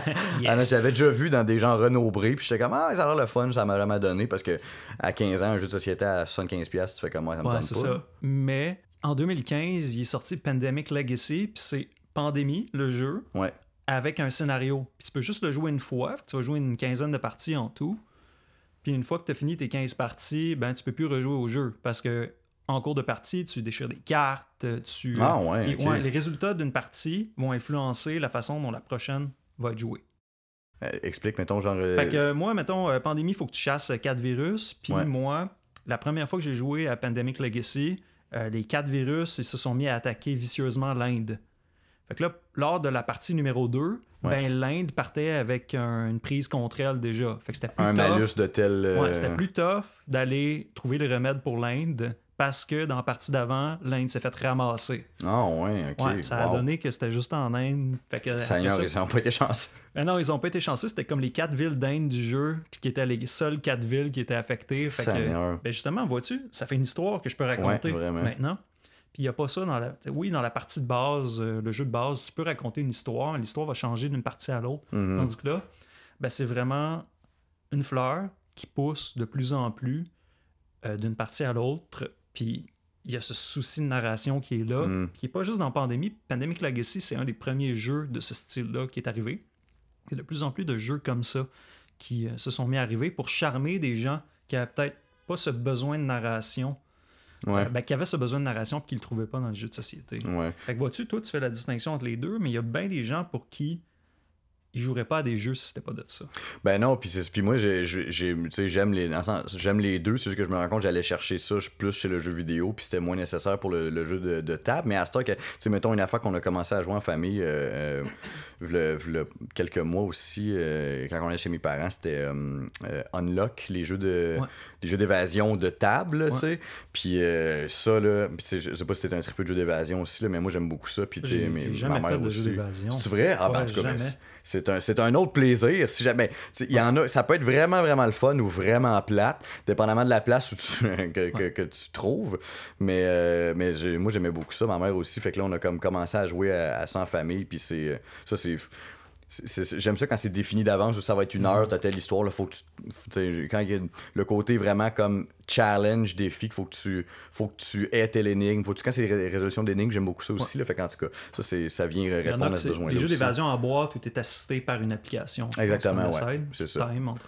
Ah non, je l'avais déjà vu dans des gens renombrés, puis j'étais comme, ah, ça a l'air le fun, ça m'a jamais donné, parce que à quinze ans, un jeu de société à soixante-quinze piastres, tu fais comme moi, ça me Ouais, tente c'est pas. ça. Mais en deux mille quinze, il est sorti Pandemic Legacy, puis c'est Pandémie, le jeu, Ouais. avec un scénario. Puis tu peux juste le jouer une fois, fait que tu vas jouer une quinzaine de parties en tout. Puis une fois que tu as fini tes quinze parties, ben tu peux plus rejouer au jeu parce que en cours de partie, tu déchires des cartes, tu Ah ouais, et- ok. ouais, les résultats d'une partie vont influencer la façon dont la prochaine va être jouée. Euh, explique, mettons, genre. euh, Fait que euh, moi, mettons, euh, Pandémie, il faut que tu chasses quatre virus. Puis Ouais. moi, la première fois que j'ai joué à Pandemic Legacy, euh, les quatre virus, ils se sont mis à attaquer vicieusement l'Inde. Fait que là, lors de la partie numéro deux, Ouais. ben, l'Inde partait avec un- une prise contre elle déjà. Fait que c'était plus un tough. malus de tel. euh, Ouais, c'était plus tough d'aller trouver le remède pour l'Inde parce que dans la partie d'avant, l'Inde s'est fait ramasser. Ah ouais, ok. Ouais, ça a wow. donné que c'était juste en Inde. Fait que, Seigneur, après ça- ils ont pas été chanceux. ben non, ils ont pas été chanceux. C'était comme les quatre villes d'Inde du jeu qui étaient les seules quatre villes qui étaient affectées. Fait que, Seigneur. ben justement, vois-tu, ça fait une histoire que je peux raconter Ouais, vraiment. maintenant. Puis il n'y a pas ça dans la. Oui, dans la partie de base, euh, le jeu de base, tu peux raconter une histoire. L'histoire va changer d'une partie à l'autre. Mhm. Tandis que là, ben, c'est vraiment une fleur qui pousse de plus en plus euh, d'une partie à l'autre. Puis il y a ce souci de narration qui est là, Mm. qui n'est pas juste dans Pandémie. Pandemic Legacy, c'est un des premiers jeux de ce style-là qui est arrivé. Il y a de plus en plus de jeux comme ça qui euh, se sont mis à arriver pour charmer des gens qui n'avaient peut-être pas ce besoin de narration, Ouais. euh, ben, qui avaient ce besoin de narration et qui ne le trouvaient pas dans le jeu de société. Ouais. Fait que vois-tu, toi, tu fais la distinction entre les deux, mais il y a bien des gens pour qui ils joueraient pas à des jeux si c'était pas de ça. Ben non, puis c'est puis moi j'ai j'ai j'ai- tu sais j'aime les dans le sens, j'aime les deux, c'est juste que je me rends compte que j'allais chercher ça plus chez le jeu vidéo puis c'était moins nécessaire pour le, le jeu de, de table, mais à ce temps que tu sais mettons une affaire qu'on a commencé à jouer en famille euh, euh, v'là- v'là quelques mois aussi euh, quand on est chez mes parents, c'était euh, euh, Unlock, les jeux de Ouais. les jeux d'évasion de table, là, Ouais. tu sais. Puis euh, ça là, puis tu sais, je sais pas si c'était un triple de jeu d'évasion aussi là, mais moi j'aime beaucoup ça puis tu sais J'ai mais j'ai jamais ma fait mère de jeu aussi. d'évasion. C'est vrai? Ah ben Ouais, en tout cas, ben, jamais. c'est- c'est un, c'est un autre plaisir. Si jamais, il y en a, ça peut être vraiment, vraiment le fun ou vraiment plate, dépendamment de la place où tu, que, que, que tu trouves. Mais, euh, mais j'ai- moi, j'aimais beaucoup ça. Ma mère aussi. Fait que là, on a comme commencé à jouer à, à ça en famille. Puis c'est, ça, c'est, c'est- c'est- j'aime ça quand c'est défini d'avance où ça va être une heure, t'as telle histoire. Là, faut que tu, tu sais, quand il y a le côté vraiment comme challenge, défi, qu'il faut que tu, faut que tu aies telle énigme. Faut que tu, quand c'est des ré- résolutions d'énigmes, j'aime beaucoup ça aussi. Là, fait qu'en tout cas, ça, c'est, ça vient Il y en a répondre que à ce c'est besoin-là. les jeux aussi. d'évasion en boîte où tu es assisté par une application. Je pense Exactement, que ouais. Time, C'est ça. Time, entre autres.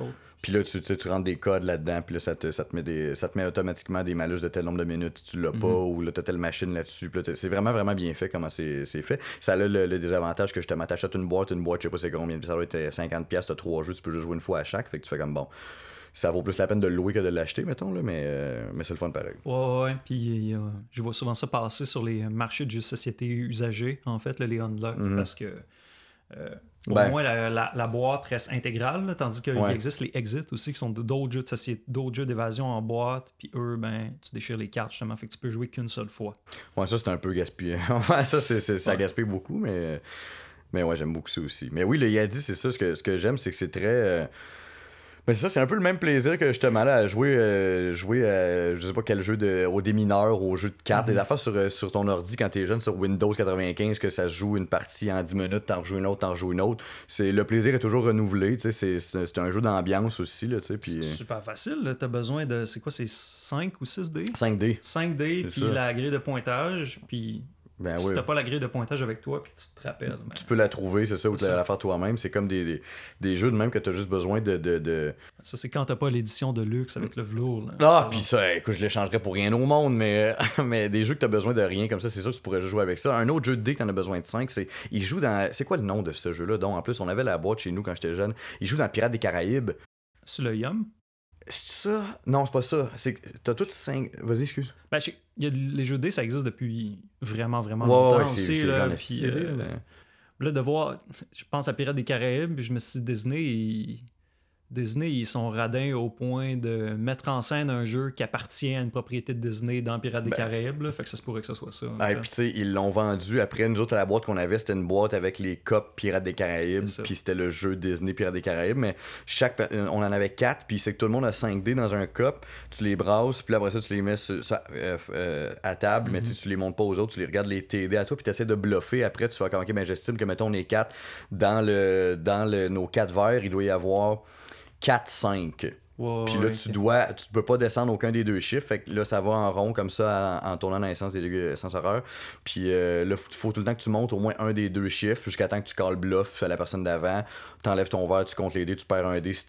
Puis là, tu, tu, sais, tu rentres des codes là-dedans, puis là, ça te, ça, te met des, ça te met automatiquement des malus de tel nombre de minutes, tu l'as mm-hmm. pas, ou là, t'as telle machine là-dessus. Puis là, c'est vraiment, vraiment bien fait comment c'est, c'est fait. Ça a le, le désavantage que justement, t'achètes une boîte, une boîte, je sais pas c'est combien, ça doit être cinquante dollars, t'as trois jeux, tu peux juste jouer une fois à chaque, fait que tu fais comme bon. Ça vaut plus la peine de le louer que de l'acheter, mettons, là, mais, euh, mais c'est le fun pareil. Ouais, ouais, puis euh, je vois souvent ça passer sur les marchés de jeux de société usagés, en fait, là, les unlock, mm-hmm. parce que euh, au ben, moins la, la, la boîte reste intégrale, là, tandis qu'il ouais. existe les exits aussi, qui sont d'autres jeux de société, d'autres jeux d'évasion en boîte, puis eux, ben, tu déchires les cartes, justement, fait que tu peux jouer qu'une seule fois. Ouais, ça, c'est un peu gaspillé. ça, c'est, c'est, ça ouais. gaspille beaucoup, mais, mais ouais, j'aime beaucoup ça aussi. Mais oui, le Yadi, c'est ça, ce que, ce que j'aime, c'est que c'est très... Euh... Ben c'est ça, c'est un peu le même plaisir que justement là, à jouer, euh, jouer à, je sais pas quel jeu de, au démineur, au jeu de cartes, mm-hmm. des affaires sur, sur ton ordi quand t'es jeune, sur Windows quatre-vingt-quinze, que ça se joue une partie en dix minutes, t'en rejoues une autre, t'en rejoues une autre. C'est, le plaisir est toujours renouvelé, tu sais, c'est, c'est, c'est un jeu d'ambiance aussi, là, tu sais. Puis... C'est super facile, là. T'as besoin de, c'est quoi, c'est cinq ou six dés? cinq dés. cinq dés, puis la grille de pointage, puis... Ben si oui. T'as pas la grille de pointage avec toi, puis tu te rappelles. Ben... Tu peux la trouver, c'est ça, ou tu la faire toi-même. C'est comme des, des, des jeux de même que t'as juste besoin de, de, de... Ça, c'est quand t'as pas l'édition de luxe avec le velours. Là, ah, puis ça, écoute, je l'échangerais pour rien au monde, mais, mais des jeux que t'as besoin de rien comme ça, c'est sûr que tu pourrais jouer avec ça. Un autre jeu de dés que t'en as besoin de cinq, c'est... Il joue dans... C'est quoi le nom de ce jeu-là? Donc, en plus, on avait la boîte chez nous quand j'étais jeune. Il joue dans Pirates des Caraïbes. C'est le Yum? C'est ça? Non, c'est pas ça. C'est t'as toutes cinq... Vas-y, excuse. Ben, y a les jeux de dés, ça existe depuis vraiment, vraiment ouais, longtemps ouais, aussi. C'est, c'est là, puis, euh, mais... là, de voir... Je pense à Pirates des Caraïbes, puis je me suis dit, Disney, ils... Disney, ils sont radins au point de mettre en scène un jeu qui appartient à une propriété de Disney dans Pirates des ben, Caraïbes. Là, fait que ça se pourrait que ce soit ça. Ah, et puis tu sais, ils l'ont vendu. Après, nous autres, la boîte qu'on avait, c'était une boîte avec les copes Pirates des Caraïbes. Puis c'était le jeu Disney Pirates des Caraïbes. Mais chaque on en avait quatre. Puis c'est que tout le monde a cinq dés dans un cop. Tu les brasses. Puis après ça, tu les mets sur, sur, euh, euh, à table. Mm-hmm. Mais tu les montes pas aux autres. Tu les regardes les T D à toi. Puis tu essaies de bluffer. Après, tu fais comme, ok, ben j'estime que mettons on est quatre. Dans, le, dans le, nos quatre verres, il doit y avoir quatre cinq. Wow, puis là, ouais, tu okay. dois, tu peux pas descendre aucun des deux chiffres. Fait que là, ça va en rond comme ça en, en tournant dans les sens des deux sens horreurs. Puis euh, là, il faut tout le temps que tu montes au moins un des deux chiffres jusqu'à temps que tu calls bluff à la personne d'avant. T'enlèves ton verre, tu comptes les dés, tu perds un dé si,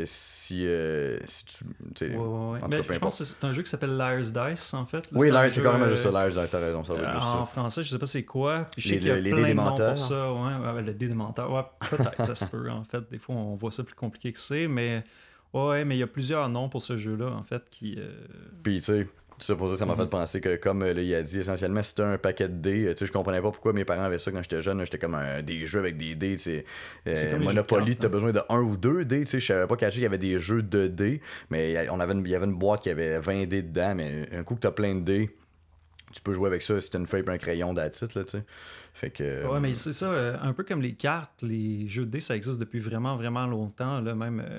si, euh, si tu. Ouais, ouais, ouais. Mais je pense que c'est un jeu qui s'appelle Liar's Dice, en fait. Là, oui, c'est, c'est carrément euh, juste ça, Liar's Dice, t'as raison. Ça va euh, juste en ça. français, je sais pas c'est quoi. Puis je sais les, qu'il y a les plein dés de noms menteurs. pour ça. Ouais, ouais, le dé des menteurs. Ouais, peut-être, ça se peut, en fait. Des fois, on voit ça plus compliqué que c'est, mais. Ouais, mais il y a plusieurs noms pour ce jeu-là, en fait, qui... Euh... Puis, tu sais, ça pour ça, ça m'a mm-hmm. fait penser que, comme là, il a dit, essentiellement, c'était un paquet de dés. Tu sais, je comprenais pas pourquoi mes parents avaient ça quand j'étais jeune. Là, j'étais comme un, des jeux avec des dés, tu sais. Euh, Monopoly, t'as hein. besoin de un ou deux dés, tu sais. Je savais pas caché qu'il y avait des jeux de dés, mais on avait une, il y avait une boîte qui avait vingt dés dedans, mais un coup que t'as plein de dés, tu peux jouer avec ça si t'as une feuille et un crayon d'attitude, là, tu sais. Fait que... Ouais, mais c'est ça, un peu comme les cartes, les jeux de dés, ça existe depuis vraiment, vraiment longtemps, là, même... Euh...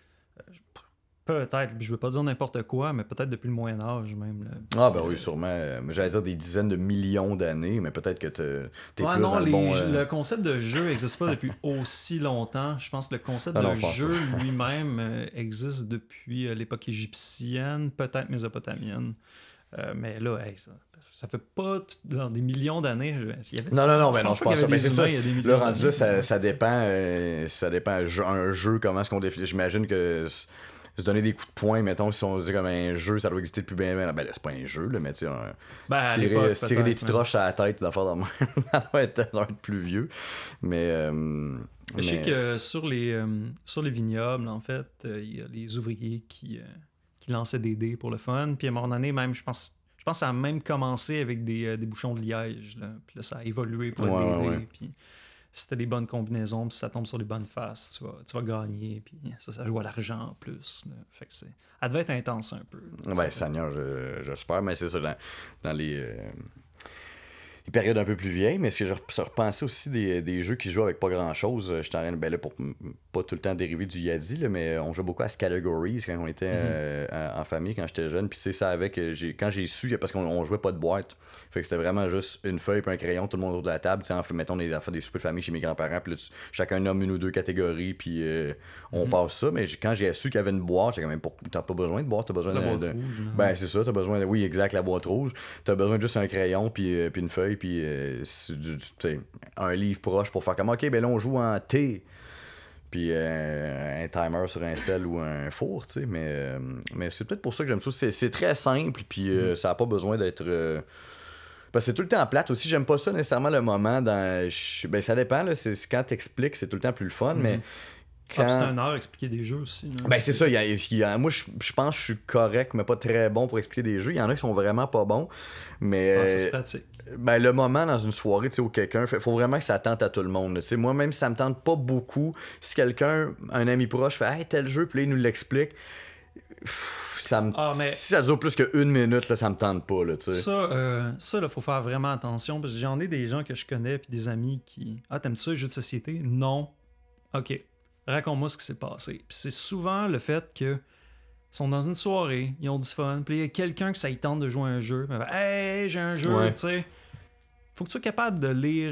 Peut-être, je veux pas dire n'importe quoi, mais peut-être depuis le Moyen-Âge même. Là. Ah ben oui, sûrement. J'allais dire des dizaines de millions d'années, mais peut-être que t'es, t'es ouais, plus non, dans les, le bon... Euh... Le concept de jeu n'existe pas depuis aussi longtemps. Je pense que le concept ah non, de jeu lui-même euh, existe depuis euh, l'époque égyptienne, peut-être mésopotamienne. Euh, mais là, hey, ça, ça fait pas t- dans des millions d'années. Je... avait... Non, non, non, mais non, je pense pas. Mais c'est ça. Le rendu là, ça, ça dépend. Euh, ça dépend. Un jeu, un jeu comment est-ce qu'on définit. J'imagine que se donner des coups de poing, mettons, si on se dit comme un jeu, ça doit exister depuis bien, bien. Ben là, c'est pas un jeu, là, mais tu sais, ben, tirer, tirer des petites roches à la tête, des affaires dans le ça doit être, ça doit être plus vieux. Mais. Euh, mais... Je sais que sur les, euh, sur les vignobles, en fait, il euh, y a les ouvriers qui. Euh... qui lançait des dés pour le fun. Puis à un moment donné, même, je pense, je pense que ça a même commencé avec des, euh, des bouchons de liège. Là. Puis là, ça a évolué pour ouais, être des ouais. dés. Puis si t'as des bonnes combinaisons, puis si ça tombe sur les bonnes faces, tu vas, tu vas gagner. Puis ça, ça joue à l'argent en plus. Là. Fait que c'est... Elle devait être intense un peu. Là, ben, Seigneur, je, j'espère, mais c'est ça, dans, dans les... Euh... les périodes un peu plus vieilles, mais est-ce que je repensais aussi des, des jeux qui jouent avec pas grand-chose? J'étais en train de, ben là, pour pas tout le temps dériver du Yadi, là, mais on jouait beaucoup à Scalagories quand on était mm-hmm. euh, en famille, quand j'étais jeune. Puis c'est ça avec, j'ai, quand j'ai su, parce qu'on on jouait pas de boîte, fait que c'était vraiment juste une feuille et un crayon, tout le monde autour de la table. En fait, mettons, on est fait des soupers de famille chez mes grands-parents, puis là, tu, chacun nomme une ou deux catégories, puis euh, on mm-hmm. passe ça. Mais quand j'ai su qu'il y avait une boîte, j'ai quand même, pour... t'as pas besoin de boîte, t'as besoin la de... boîte rouge, ben c'est ça, t'as besoin de... Oui, exact, la boîte rouge. T'as besoin de juste un crayon, puis, euh, puis une feuille, puis... Euh, Du, du, un livre proche pour faire comme ok ben là on joue en T puis euh, un timer sur un sel ou un four, tu sais. Mais, euh, mais c'est peut-être pour ça que j'aime ça. C'est, c'est très simple, puis euh, mm. ça n'a pas besoin d'être... Euh... Parce que c'est tout le temps plate aussi. J'aime pas ça nécessairement le moment dans... Ben, ça dépend, là. C'est, c'est quand t'expliques, c'est tout le temps plus le fun, mm. mais... Quand... Ah, c'est un art expliquer des jeux aussi. Là, ben c'est... c'est ça, il y a, il y a, moi je, je pense que je suis correct, mais pas très bon pour expliquer des jeux. Il y en a qui sont vraiment pas bons. Mais ah, ça se pratique. Ben, le moment dans une soirée, tu sais, où quelqu'un fait, faut vraiment que ça tente à tout le monde. Tu sais, moi, même si ça me tente pas beaucoup, si quelqu'un, un ami proche, fait hey, tel jeu, puis là, il nous l'explique, pff, ça me... ah, mais... si ça dure plus qu'une minute, là, ça me tente pas. Là, tu sais. Ça, euh, ça, là, faut faire vraiment attention, parce que j'en ai des gens que je connais, puis des amis qui. Ah, t'aimes ça, les jeux de société? Non. Ok. Raconte-moi ce qui s'est passé. Puis c'est souvent le fait que ils sont dans une soirée, ils ont du fun, puis il y a quelqu'un que ça y tente de jouer à un jeu, puis hey, j'ai un jeu, ouais. Tu sais. Faut que tu sois capable de lire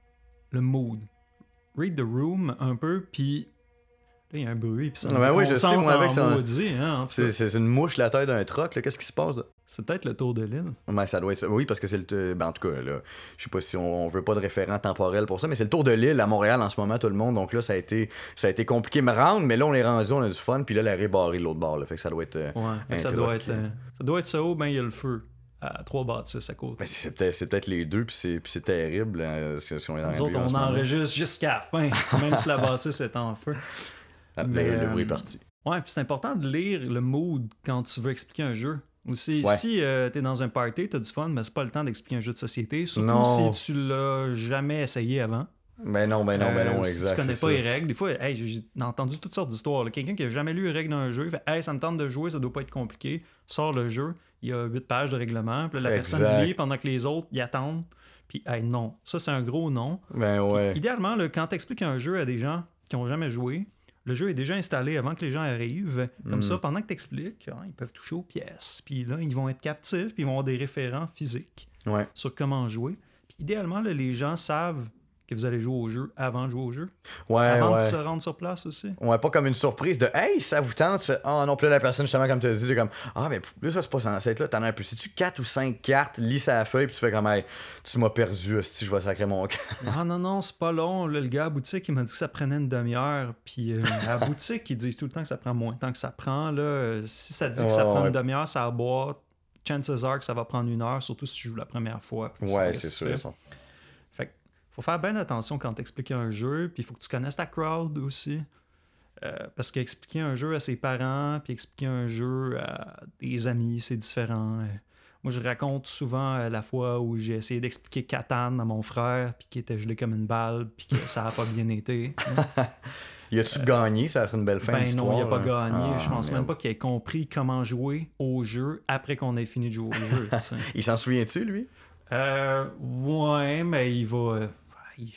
le mood. Read the room un peu, puis là, il y a un bruit, puis ça ben oui, je sais, moi, avec ça. Maudit, hein, c'est, c'est une mouche la taille d'un troc, là. Qu'est-ce qui se passe, là? C'est peut-être le tour de l'île. Ben, ça doit être ça. Oui, parce que c'est le. Ben, en tout cas, là, je sais pas si on, on veut pas de référent temporel pour ça, mais c'est le tour de l'île à Montréal en ce moment, tout le monde. Donc là, ça a été, ça a été compliqué de me rendre, mais là, on est rendu, on a du fun, puis là, la raie barrée de l'autre bord, là. Fait que ça doit être. Euh, ouais, ça doit être, euh, ça doit être ça haut, ben, il y a le feu. À trois bâtisses à côté. Ben, c'est, peut-être, c'est peut-être les deux, puis c'est, puis c'est terrible. Hein, si, si on est dans Nous autres, on enregistre jusqu'à la fin, même si la bâtisse est en feu. Ah, mais, le, le bruit est parti. Ouais, puis c'est important de lire le mood quand tu veux expliquer un jeu. Aussi, ouais. Si euh, t'es dans un party, t'as du fun, mais c'est pas le temps d'expliquer un jeu de société. Surtout non. Si tu l'as jamais essayé avant. Ben non, ben non, ben non, euh, exact. Si tu connais pas ça. les règles, des fois, hey, j'ai entendu toutes sortes d'histoires. Là. Quelqu'un qui a jamais lu les règles d'un jeu, fait hey, ça me tente de jouer, ça doit pas être compliqué. Sort le jeu, il y a huit pages de règlement, puis là, la exact. Personne lit pendant que les autres y attendent. Puis hey, non, ça c'est un gros non. Ben ouais. Puis, idéalement, là, quand t'expliques un jeu à des gens qui ont jamais joué, le jeu est déjà installé avant que les gens arrivent. Comme mm. ça, pendant que tu expliques, hein, ils peuvent toucher aux pièces. Puis là, ils vont être captifs, puis ils vont avoir des référents physiques ouais. sur comment jouer. Puis idéalement, là, les gens savent que vous allez jouer au jeu avant de jouer au jeu. Ouais, avant ouais. de se rendre sur place aussi. Ouais, pas comme une surprise de « Hey, ça vous tente? » Tu fais « Ah oh, non, puis là, la personne, justement, comme tu as dit, c'est comme « Ah, mais là, ça, c'est pas censé être là. T'en as un peu. C'est-tu quatre ou cinq cartes? Lis ça à la feuille, puis tu fais comme « Hey, tu m'as perdu, si je vais sacrer mon camp. » Ah non, non, c'est pas long. Là, le gars à la boutique, il m'a dit que ça prenait une demi-heure. Puis euh, à la boutique, ils disent tout le temps que ça prend moins de temps que ça prend. Là. Euh, si ça dit que ça oh, prend ouais. une demi-heure, ça va boire. Chances are que ça va prendre une heure, surtout si tu joues la première fois. Ouais, c'est sûr. Ça. Faut faire bien attention quand t'expliques un jeu, puis il faut que tu connaisses ta crowd aussi. Euh, parce qu'expliquer un jeu à ses parents, puis expliquer un jeu à des amis, c'est différent. Euh, moi, je raconte souvent euh, la fois où j'ai essayé d'expliquer Catan à mon frère, puis qui était gelé comme une balle, puis que ça n'a pas bien été. Y a-tu euh, gagné? Ça a fait une belle fin ben d'histoire? Non, il a pas gagné. Ah, je pense merde. même pas qu'il ait compris comment jouer au jeu après qu'on ait fini de jouer au jeu. Il s'en souvient-tu, lui? Euh, ouais, mais il va... Euh, il...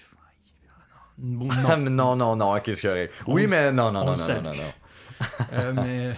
Non. non, non, non, ok, c'est correct. Oui, on mais non, non, non, non, non, non, non. euh, mais...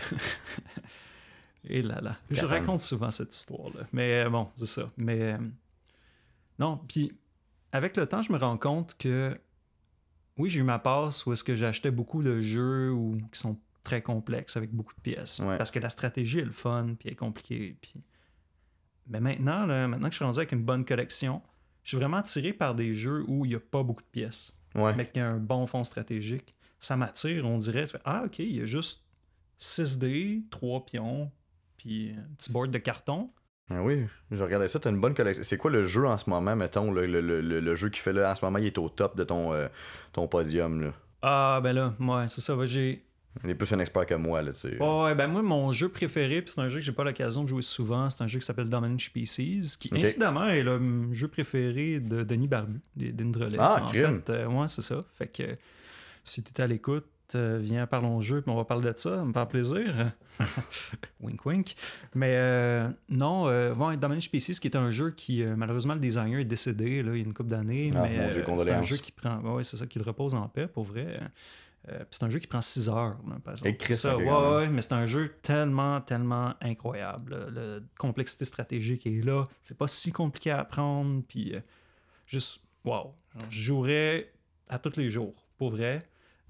Et là, là. Je raconte souvent cette histoire-là. Mais bon, c'est ça. Mais... Non, puis avec le temps, je me rends compte que... Oui, j'ai eu ma passe où est-ce que j'achetais beaucoup de jeux ou... qui sont très complexes avec beaucoup de pièces. Ouais. Parce que la stratégie est le fun, puis elle est compliquée, puis... Mais maintenant, là, maintenant que je suis rendu avec une bonne collection, je suis vraiment attiré par des jeux où il n'y a pas beaucoup de pièces. Ouais. Mais qu'il y a un bon fond stratégique. Ça m'attire, on dirait. Tu fais, ah, OK, il y a juste six dés, trois pions, puis un petit board de carton. Ah oui, je regardais ça, t'as une bonne collection. C'est quoi le jeu en ce moment, mettons, le, le, le, le jeu qui fait là, en ce moment, il est au top de ton, euh, ton podium, là? Ah, ben là, ouais, c'est ça, j'ai... Il est plus un expert que moi, là, tu sais. Oh, ouais, ben moi, mon jeu préféré, puis c'est un jeu que j'ai pas l'occasion de jouer souvent, c'est un jeu qui s'appelle Dominant Species, qui, okay. incidemment, est le jeu préféré de Denis Barbu, d'Indrelais. Ah, en crime! fait, euh, ouais, c'est ça. Fait que, si t'es à l'écoute, euh, viens, parlons jeu, puis on va parler de ça, ça me fait plaisir. Wink, wink. Mais euh, non, euh, bon, Dominant Species, qui est un jeu qui, euh, malheureusement, le designer est décédé, là, il y a une couple d'années, ah, mais mon Dieu, euh, c'est un jeu qui prend... Ouais, c'est ça, qui le repose en paix, pour vrai. Euh, c'est un jeu qui prend six heures, là, par exemple. Et ça, ouais, ouais, mais c'est un jeu tellement, tellement incroyable. La complexité stratégique est là. C'est pas si compliqué à apprendre. Puis euh, juste, wow. Je jouerais à tous les jours, pour vrai.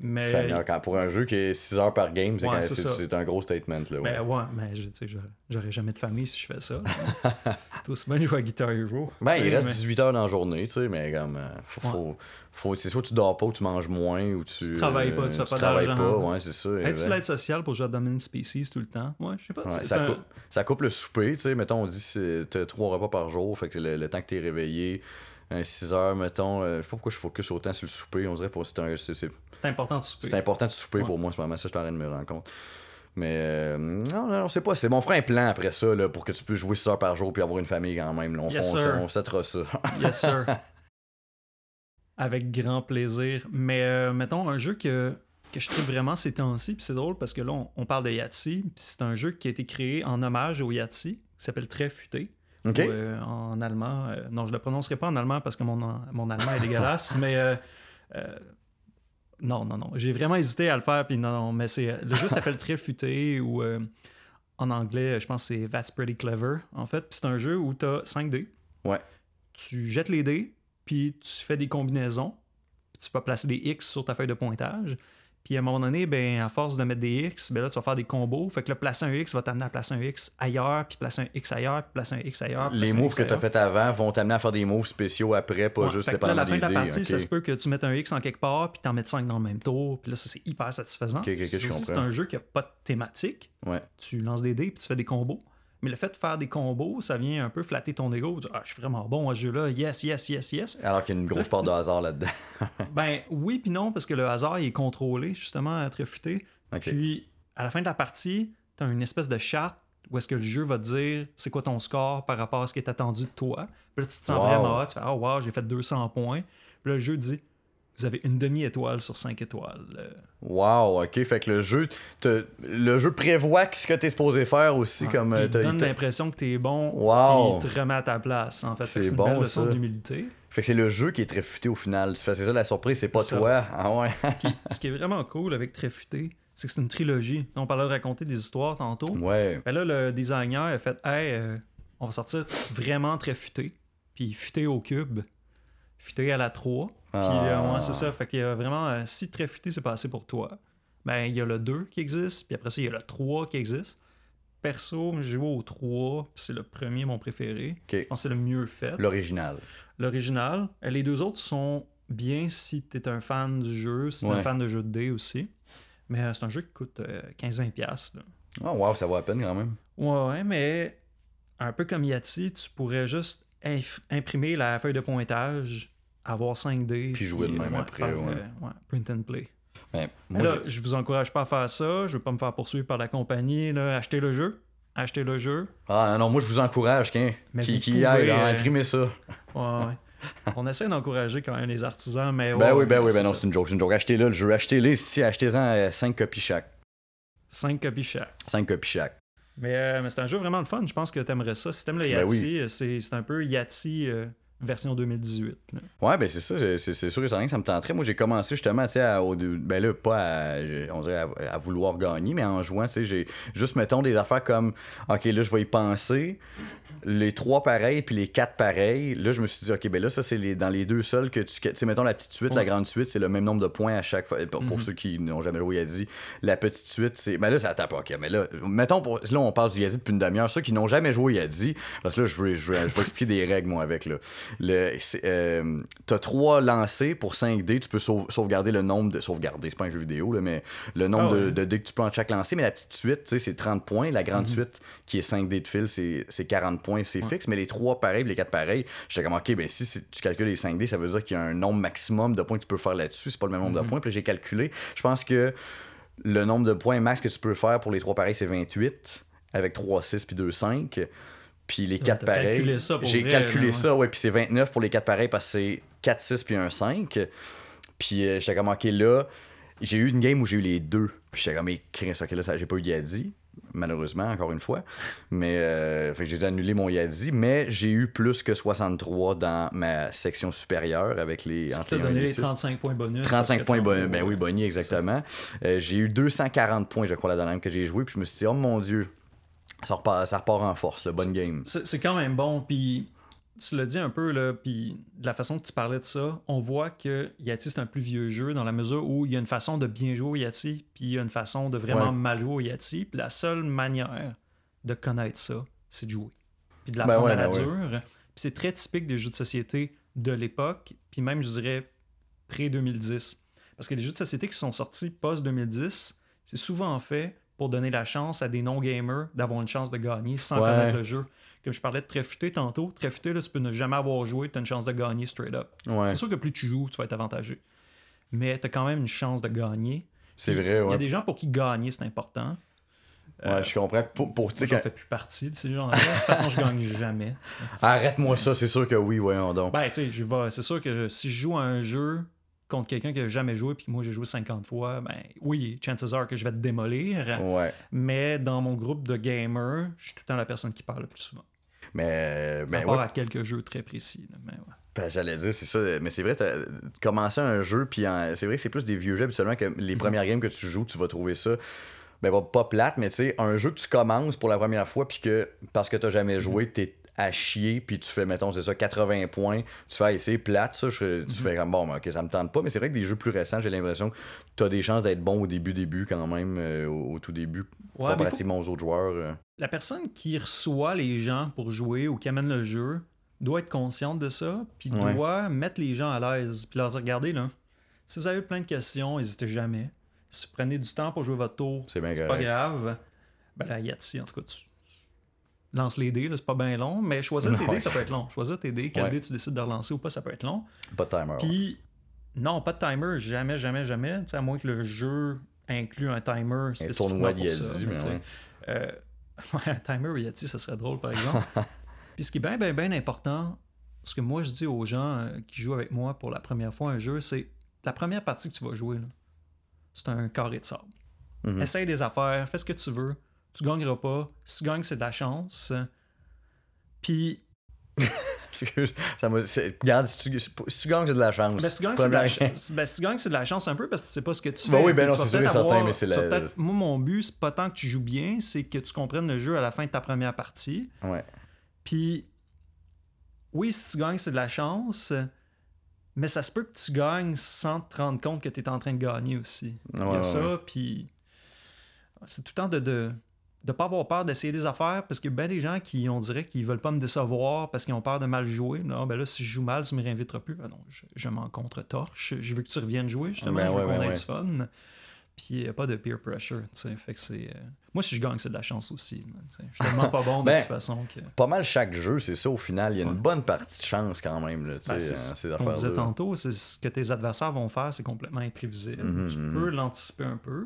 Mais... Ça, quand, pour un jeu qui est six heures par game, c'est, ouais, quand, c'est, c'est, c'est un gros statement. Là, ouais. Ben ouais, mais je, j'aurais, j'aurais jamais de famille si je fais ça. Tout aussi bien jouer à Guitar Hero. Ben, il reste mais... dix-huit heures dans la journée, tu sais, mais comme. Faut, ouais. faut, faut, c'est soit tu dors pas ou tu manges moins ou tu. Tu travailles pas, tu fais euh, pas tu travailles d'argent. pas, ouais, c'est ça. As-tu l'aide sociale pour jouer à Dominant Species tout le temps? Ouais, je sais pas. Ouais, c'est, ça, c'est coupe, un... ça coupe le souper, tu sais. Mettons, on dit que t'as trois repas par jour, fait que le, le temps que t'es réveillé, six heures, mettons. Euh, je sais pas pourquoi je focus autant sur le souper, on dirait pour c'est un. C'est, c'est... c'est important de souper. C'est important de souper ouais. pour moi en ce moment, ça, je suis en train de me rendre compte. Mais euh, non, non, c'est pas. C'est mon frère un plan après ça, là, pour que tu puisses jouer six heures par jour puis avoir une famille quand même. Là. On, yes, on, sir. on, on s'attera ça. Yes, sir. Avec grand plaisir. Mais euh, mettons, un jeu que, que je trouve vraiment ces temps-ci, puis c'est drôle parce que là, on, on parle de Yahtzee, puis c'est un jeu qui a été créé en hommage au Yahtzee, qui s'appelle Très Futé. Okay. Ou, euh, en allemand. Euh, non, je le prononcerai pas en allemand parce que mon, mon allemand est dégueulasse, mais. Euh, euh, Non, non, non. J'ai vraiment hésité à le faire, puis non, non, mais c'est... Le jeu s'appelle Très Futé, ou euh, en anglais, je pense que c'est That's Pretty Clever, en fait. Puis c'est un jeu où tu as cinq dés. Ouais. Tu jettes les dés, puis tu fais des combinaisons, puis tu peux placer des X sur ta feuille de pointage. Puis à un moment donné, ben, à force de mettre des X, ben là, tu vas faire des combos. Fait que là, placer un X va t'amener à placer un X ailleurs, puis placer un X ailleurs, puis placer un X ailleurs. Les moves que tu as fait avant vont t'amener à faire des moves spéciaux après, pas ouais, juste dépendamment des dés. À la fin de la partie, okay. ça se peut que tu mettes un X en quelque part, puis t'en mettes cinq dans le même tour. Puis là, ça, c'est hyper satisfaisant. Okay, okay, c'est, okay, aussi, c'est un jeu qui n'a pas de thématique. Ouais. Tu lances des dés, puis tu fais des combos. Mais le fait de faire des combos, ça vient un peu flatter ton ego. Tu dis, ah, je suis vraiment bon à ce jeu-là. Yes, yes, yes, yes. Alors qu'il y a une grosse part de hasard là-dedans. Ben oui, puis non, parce que le hasard, il est contrôlé, justement, à Très Futé. Okay. Puis, à la fin de la partie, tu as une espèce de charte où est-ce que le jeu va te dire c'est quoi ton score par rapport à ce qui est attendu de toi. Puis là, tu te sens wow. vraiment hot. Tu fais, oh wow, j'ai fait deux cents points. Puis là, le jeu dit, vous avez une demi-étoile sur cinq étoiles. Wow, ok. Fait que le jeu, le jeu prévoit ce que t'es supposé faire aussi. Ouais, comme il te donne t'as... l'impression que t'es bon. Wow. Puis il te remet à ta place. En fait, c'est, c'est une bon, belle leçon ça. d'humilité. Fait que c'est le jeu qui est très futé au final. C'est ça la surprise, c'est pas c'est toi. Ah ouais. Puis ce qui est vraiment cool avec Très Futé, c'est que c'est une trilogie. On parlait de raconter des histoires tantôt. Ouais. Ben là, le designer a fait hey, euh, on va sortir vraiment Très Futé. Puis futé au cube. Futé à la trois. Puis ah. euh, ouais, c'est ça. Fait qu'il y a vraiment, euh, si Très Futé c'est passé pour toi, ben il y a le deux qui existe, puis après ça, il y a le trois qui existe. Perso, j'ai joué au trois, puis c'est le premier, mon préféré. Okay. Je pense que c'est le mieux fait. L'original. L'original. Les deux autres sont bien si t'es un fan du jeu, si t'es ouais. un fan de jeux de dés aussi. Mais euh, c'est un jeu qui coûte euh, quinze à vingt dollars. Oh wow, ça vaut la peine quand même. Ouais, ouais, mais un peu comme Yahtzee, tu pourrais juste inf- imprimer la feuille de pointage, avoir cinq dés. Puis jouer de même ouais, après. Faire, ouais. Euh, ouais, print and play. Ben, moi, là, je vous encourage pas à faire ça. Je veux pas me faire poursuivre par la compagnie. Là. Achetez le jeu. Achetez le jeu. Ah non, moi je vous encourage, qu'un. Qui, qui pouvez, aille, euh... imprimez ça. Ouais, ouais. On essaie d'encourager quand même les artisans, mais... Ben ouais, oui, ben ouais, oui, ben non, c'est une joke, c'est une joke. Achetez-le, le jeu, achetez-les ici, achetez-en cinq copies chaque. cinq copies chaque. cinq copies chaque. Mais, euh, mais c'est un jeu vraiment le fun, je pense que t'aimerais ça. Si t'aimes le Yahtzee, ben oui. c'est, c'est un peu Yahtzee euh, version deux mille dix-huit. Là. Ouais, ben c'est ça, c'est, c'est sûr et certain que ça me tenterait. Moi, j'ai commencé justement, tu sais, à, au, ben là, pas à, on dirait à, à vouloir gagner, mais en jouant, tu sais, j'ai juste, mettons, des affaires comme, OK, là, je vais y penser, les trois pareils puis les quatre pareils. Là, je me suis dit, OK, ben là, ça, c'est les, dans les deux seuls que tu... Tu sais, mettons, la petite suite, ouais. La grande suite, c'est le même nombre de points à chaque fois. Pour, mm-hmm. pour ceux qui n'ont jamais joué au Yahtzee, la petite suite, c'est... Ben là, ça tape, OK, mais là, mettons, pour... là, on parle du Yahtzee depuis une demi-heure. Ceux qui n'ont jamais joué au Yahtzee, parce que là, je vais, je vais, je vais expliquer des règles, moi, avec, là. Le... C'est, euh... T'as trois lancers pour cinq dés. Tu peux sauve... sauvegarder le nombre de... Sauvegarder, c'est pas un jeu vidéo, là, mais le nombre oh, de... Ouais. de dés que tu peux en chaque lancer. Mais la petite suite, tu sais, c'est trente points. La grande mm-hmm. suite, qui est cinq dés de fil, c'est, c'est quarante points. C'est ouais. fixe, mais les trois pareils, les quatre pareils, j'étais comme, OK, ben si, si tu calcules les cinq dés, ça veut dire qu'il y a un nombre maximum de points que tu peux faire là-dessus. C'est pas le même nombre mm-hmm. de points. Puis là, j'ai calculé. Je pense que le nombre de points max que tu peux faire pour les trois pareils, c'est vingt-huit, avec trois six puis deux cinq. Puis les quatre pareils. Calculé ça pour j'ai vrai, calculé là, ça, ouais. Puis c'est vingt-neuf pour les quatre pareils parce que c'est quatre six puis un cinq. Puis euh, j'étais comme, OK, là, j'ai eu une game où j'ai eu les deux. Puis j'étais comme, écrit ça, OK, là, ça, j'ai pas eu de Yahtzee. Malheureusement, encore une fois. Mais euh, fait que j'ai dû annuler mon Yahtzee, mais j'ai eu plus que soixante-trois dans ma section supérieure avec les. Tu t'as donné les trente-cinq points bonus. trente-cinq points bonus, ben oui, Bonnie, exactement. Euh, j'ai eu deux cent quarante points, je crois, la dernière que j'ai joué, puis je me suis dit, oh mon Dieu, ça repart, ça repart en force, le bonne game. C'est, c'est quand même bon, puis tu l'as dit un peu, là, puis de la façon que tu parlais de ça, on voit que Yahtzee, c'est un plus vieux jeu dans la mesure où il y a une façon de bien jouer au Yahtzee, puis il y a une façon de vraiment Ouais. mal jouer au Yahtzee, puis la seule manière de connaître ça, c'est de jouer. Puis de Ben l'apprendre ouais, à la ben ouais. dure. Puis c'est très typique des jeux de société de l'époque, puis même, je dirais, pré-deux mille dix. Parce que les jeux de société qui sont sortis post-deux mille dix, c'est souvent fait pour donner la chance à des non-gamers d'avoir une chance de gagner sans Ouais. connaître le jeu. Comme je parlais de Tréfuté tantôt, Tréfuté, là, tu peux ne jamais avoir joué, tu as une chance de gagner straight up. Ouais. C'est sûr que plus tu joues, tu vas être avantagé. Mais tu as quand même une chance de gagner. C'est Puis, vrai, Il y ouais. a des gens pour qui gagner, c'est important. Ouais, Euh, je comprends. Pour, pour, tu sais, Moi, j'en quand- fais plus partie de ces gens-là. De toute façon, je gagne jamais. tu sais. Arrête-moi ça, c'est sûr que oui, voyons donc. Ben, tu sais, je vais. C'est sûr que je- si je joue à un jeu contre quelqu'un qui a jamais joué, puis moi j'ai joué cinquante fois, ben oui, chances are que je vais te démolir. Ouais. Mais dans mon groupe de gamers, je suis tout le temps la personne qui parle le plus souvent. Mais, À mais part ouais, à quelques jeux très précis. là, mais ouais. ben, j'allais dire, c'est ça. Mais c'est vrai, t'as commencé un jeu, puis en- c'est vrai que c'est plus des vieux jeux, habituellement, que les premières games que tu joues, tu vas trouver ça. Ben, pas, pas plate, mais tu sais, un jeu que tu commences pour la première fois, puis que parce que t'as jamais joué, t'es à chier, puis tu fais, mettons, c'est ça, quatre-vingts points, tu fais, hey, c'est plate, ça, je- tu fais comme, bon, ben, ok, ça me tente pas, mais c'est vrai que des jeux plus récents, j'ai l'impression que t'as des chances d'être bon au début, début, quand même, euh, au, au tout début, Ouais, comparativement aux autres joueurs. euh. La personne qui reçoit les gens pour jouer ou qui amène le jeu doit être consciente de ça, puis Ouais. doit mettre les gens à l'aise, puis leur dire, regardez là, si vous avez plein de questions, n'hésitez jamais. Si vous prenez du temps pour jouer votre tour, C'est bien c'est pas correct. grave. Ben là, Yahtzee, en tout cas, tu, tu lances les dés, là, c'est pas bien long, mais choisir tes Ouais. dés, ça peut être long. Choisir tes dés, quel Ouais. dé tu décides de relancer ou pas, ça peut être long. Pas de timer. ouais. Puis, non, pas de timer, jamais, jamais, jamais. Tu sais, à moins que le jeu inclue un timer spécifiquement tournoi de pour ça. Yahtzee, mais mais tu sais, ouais. euh, ouais, un timer Yahtzee, ça serait drôle, par exemple. Puis ce qui est bien, bien, bien important, ce que moi je dis aux gens euh, qui jouent avec moi pour la première fois un jeu, c'est la première partie que tu vas jouer, là, c'est un carré de sable. Mhm. Essaye des affaires, fais ce que tu veux. Tu gagneras pas. Si tu gagnes, c'est de la chance. Puis, Excuse, ça m'a. c'est- Regarde, si tu, si tu gagnes, j'ai de la chance. ben, si tu gagnes, c'est de la Première- chance. Ben, si tu gagnes, c'est de la chance un peu parce que tu sais pas ce que tu fais. Ben oui, ben Puis non, tu vas c'est sûr et peut-être certain, avoir- mais c'est tu vas la- peut-être- Moi, mon but, c'est pas tant que tu joues bien, c'est que tu comprennes le jeu à la fin de ta première partie. Ouais. Puis, oui, si tu gagnes, c'est de la chance, mais ça se peut que tu gagnes sans te rendre compte que tu es en train de gagner aussi. Il y a Ouais, ouais, ça, ouais. puis c'est tout le temps de de de pas avoir peur d'essayer des affaires, parce que ben des gens qui, on dirait qu'ils veulent pas me décevoir parce qu'ils ont peur de mal jouer. Non, ben là, si je joue mal, tu me réinviteras plus. Ah non, je, je m'en contre-torche. Je veux que tu reviennes jouer, justement. Ben je veux ouais, qu'on ben ait ouais. du fun. Puis il n'y a pas de peer pressure, tu sais. Fait que c'est... euh, Moi, si je gagne, c'est de la chance aussi. man, tu sais. Je suis tellement pas bon de Ben, toute façon que... Pas mal chaque jeu, c'est ça au final. Il y a une Ouais. bonne partie de chance quand même, là, tu Ben, sais, c'est euh, ça. ces On affaires-là. disait tantôt, c'est ce que tes adversaires vont faire, c'est complètement imprévisible. Mhm, tu mhm. peux l'anticiper un peu,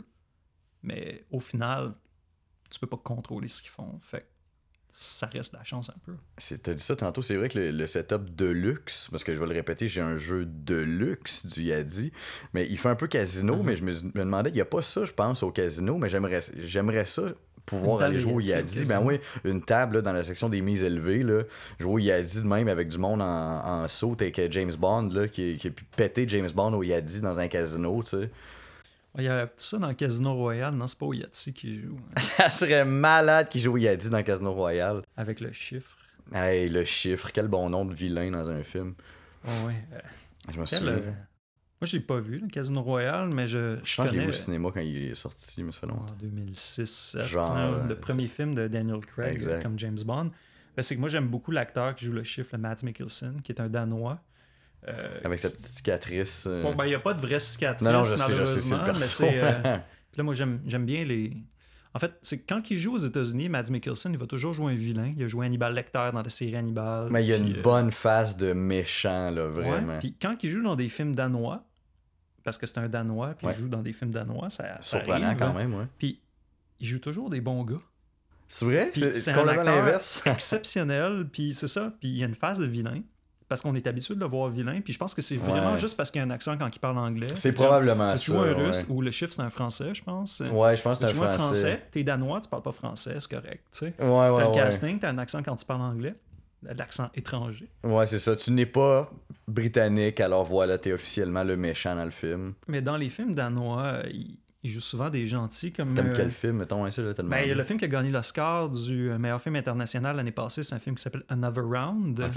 mais au final, tu peux pas contrôler ce qu'ils font. Fait que ça reste de la chance un peu. C'est- T'as dit ça tantôt, c'est vrai que le, le setup de luxe, parce que je vais le répéter, j'ai un jeu de luxe du Yadi, mais il fait un peu casino, Mhm. mais je me, me demandais, il n'y a pas ça, je pense, au casino, mais j'aimerais j'aimerais ça pouvoir Une table aller jouer au de Yahtzee Yadi. au Ben casino. oui, une table là, dans la section des mises élevées, là, jouer au Yadi de même avec du monde en, en saut avec euh, James Bond, là, qui, qui a pu péter James Bond au Yadi dans un casino, tu sais. Il y a tout ça dans le Casino Royal, non, c'est pas au Yahtzee qui joue, hein, Ça serait malade qu'il joue au Yadi dans Casino Royal. avec le chiffre. Hey, le chiffre, quel bon nom de vilain dans un film. Oh, ouais. euh, Je me quel, souviens. euh, Moi, je l'ai pas vu, le Casino Royal, mais je, je Je pense que je l'ai connais... vu au cinéma quand il est sorti, mais ça fait longtemps. En deux mille six, Genre, euh, euh, le premier film de Daniel Craig exact. euh, comme James Bond. Ben, c'est que moi, j'aime beaucoup l'acteur qui joue le chiffre, le Mads Mikkelsen, qui est un Danois. Euh, Avec sa petite cicatrice. euh. Bon, ben, il n'y a pas de vraie cicatrice, non, non, je sais, je sais, c'est malheureusement, le mais perso. c'est... euh, Puis là, moi, j'aime, j'aime bien les... En fait, c'est que quand il joue aux États-Unis, Mads Mikkelsen, il va toujours jouer un vilain. Il a joué Hannibal Lecter dans la série Hannibal. Mais il y a puis, une euh, bonne face de méchant, là, vraiment. ouais, puis quand il joue dans des films danois, parce que c'est un Danois, puis Ouais. il joue dans des films danois, ça, ça Surprenant arrive, quand hein. même, ouais. Puis il joue toujours des bons gars. C'est vrai? Puis C'est c'est un complètement acteur l'inverse. exceptionnel, puis c'est ça. Puis il y a une phase de vilain, parce qu'on est habitué de le voir vilain, puis je pense que c'est vraiment Ouais. juste parce qu'il y a un accent quand il parle anglais. C'est Tu sais, probablement tu ça. joues un ouais. russe, ou le chiffre c'est un français, je pense. Ouais, je pense que Tu c'est joues un un français. français, t'es danois, tu parles pas français, c'est correct, tu sais. Ouais, T'as ouais, le ouais. casting, t'as un accent quand tu parles anglais, l'accent étranger. Ouais, c'est ça. Tu n'es pas britannique, alors voilà, t'es officiellement le méchant dans le film. Mais dans les films danois, euh, ils, ils jouent souvent des gentils comme... Comme euh, quel film, mettons, hein, ça, là, t'as ben, demandé. il y a le film qui a gagné l'Oscar du euh, meilleur film international l'année passée, c'est un film qui s'appelle Another Round. Ok.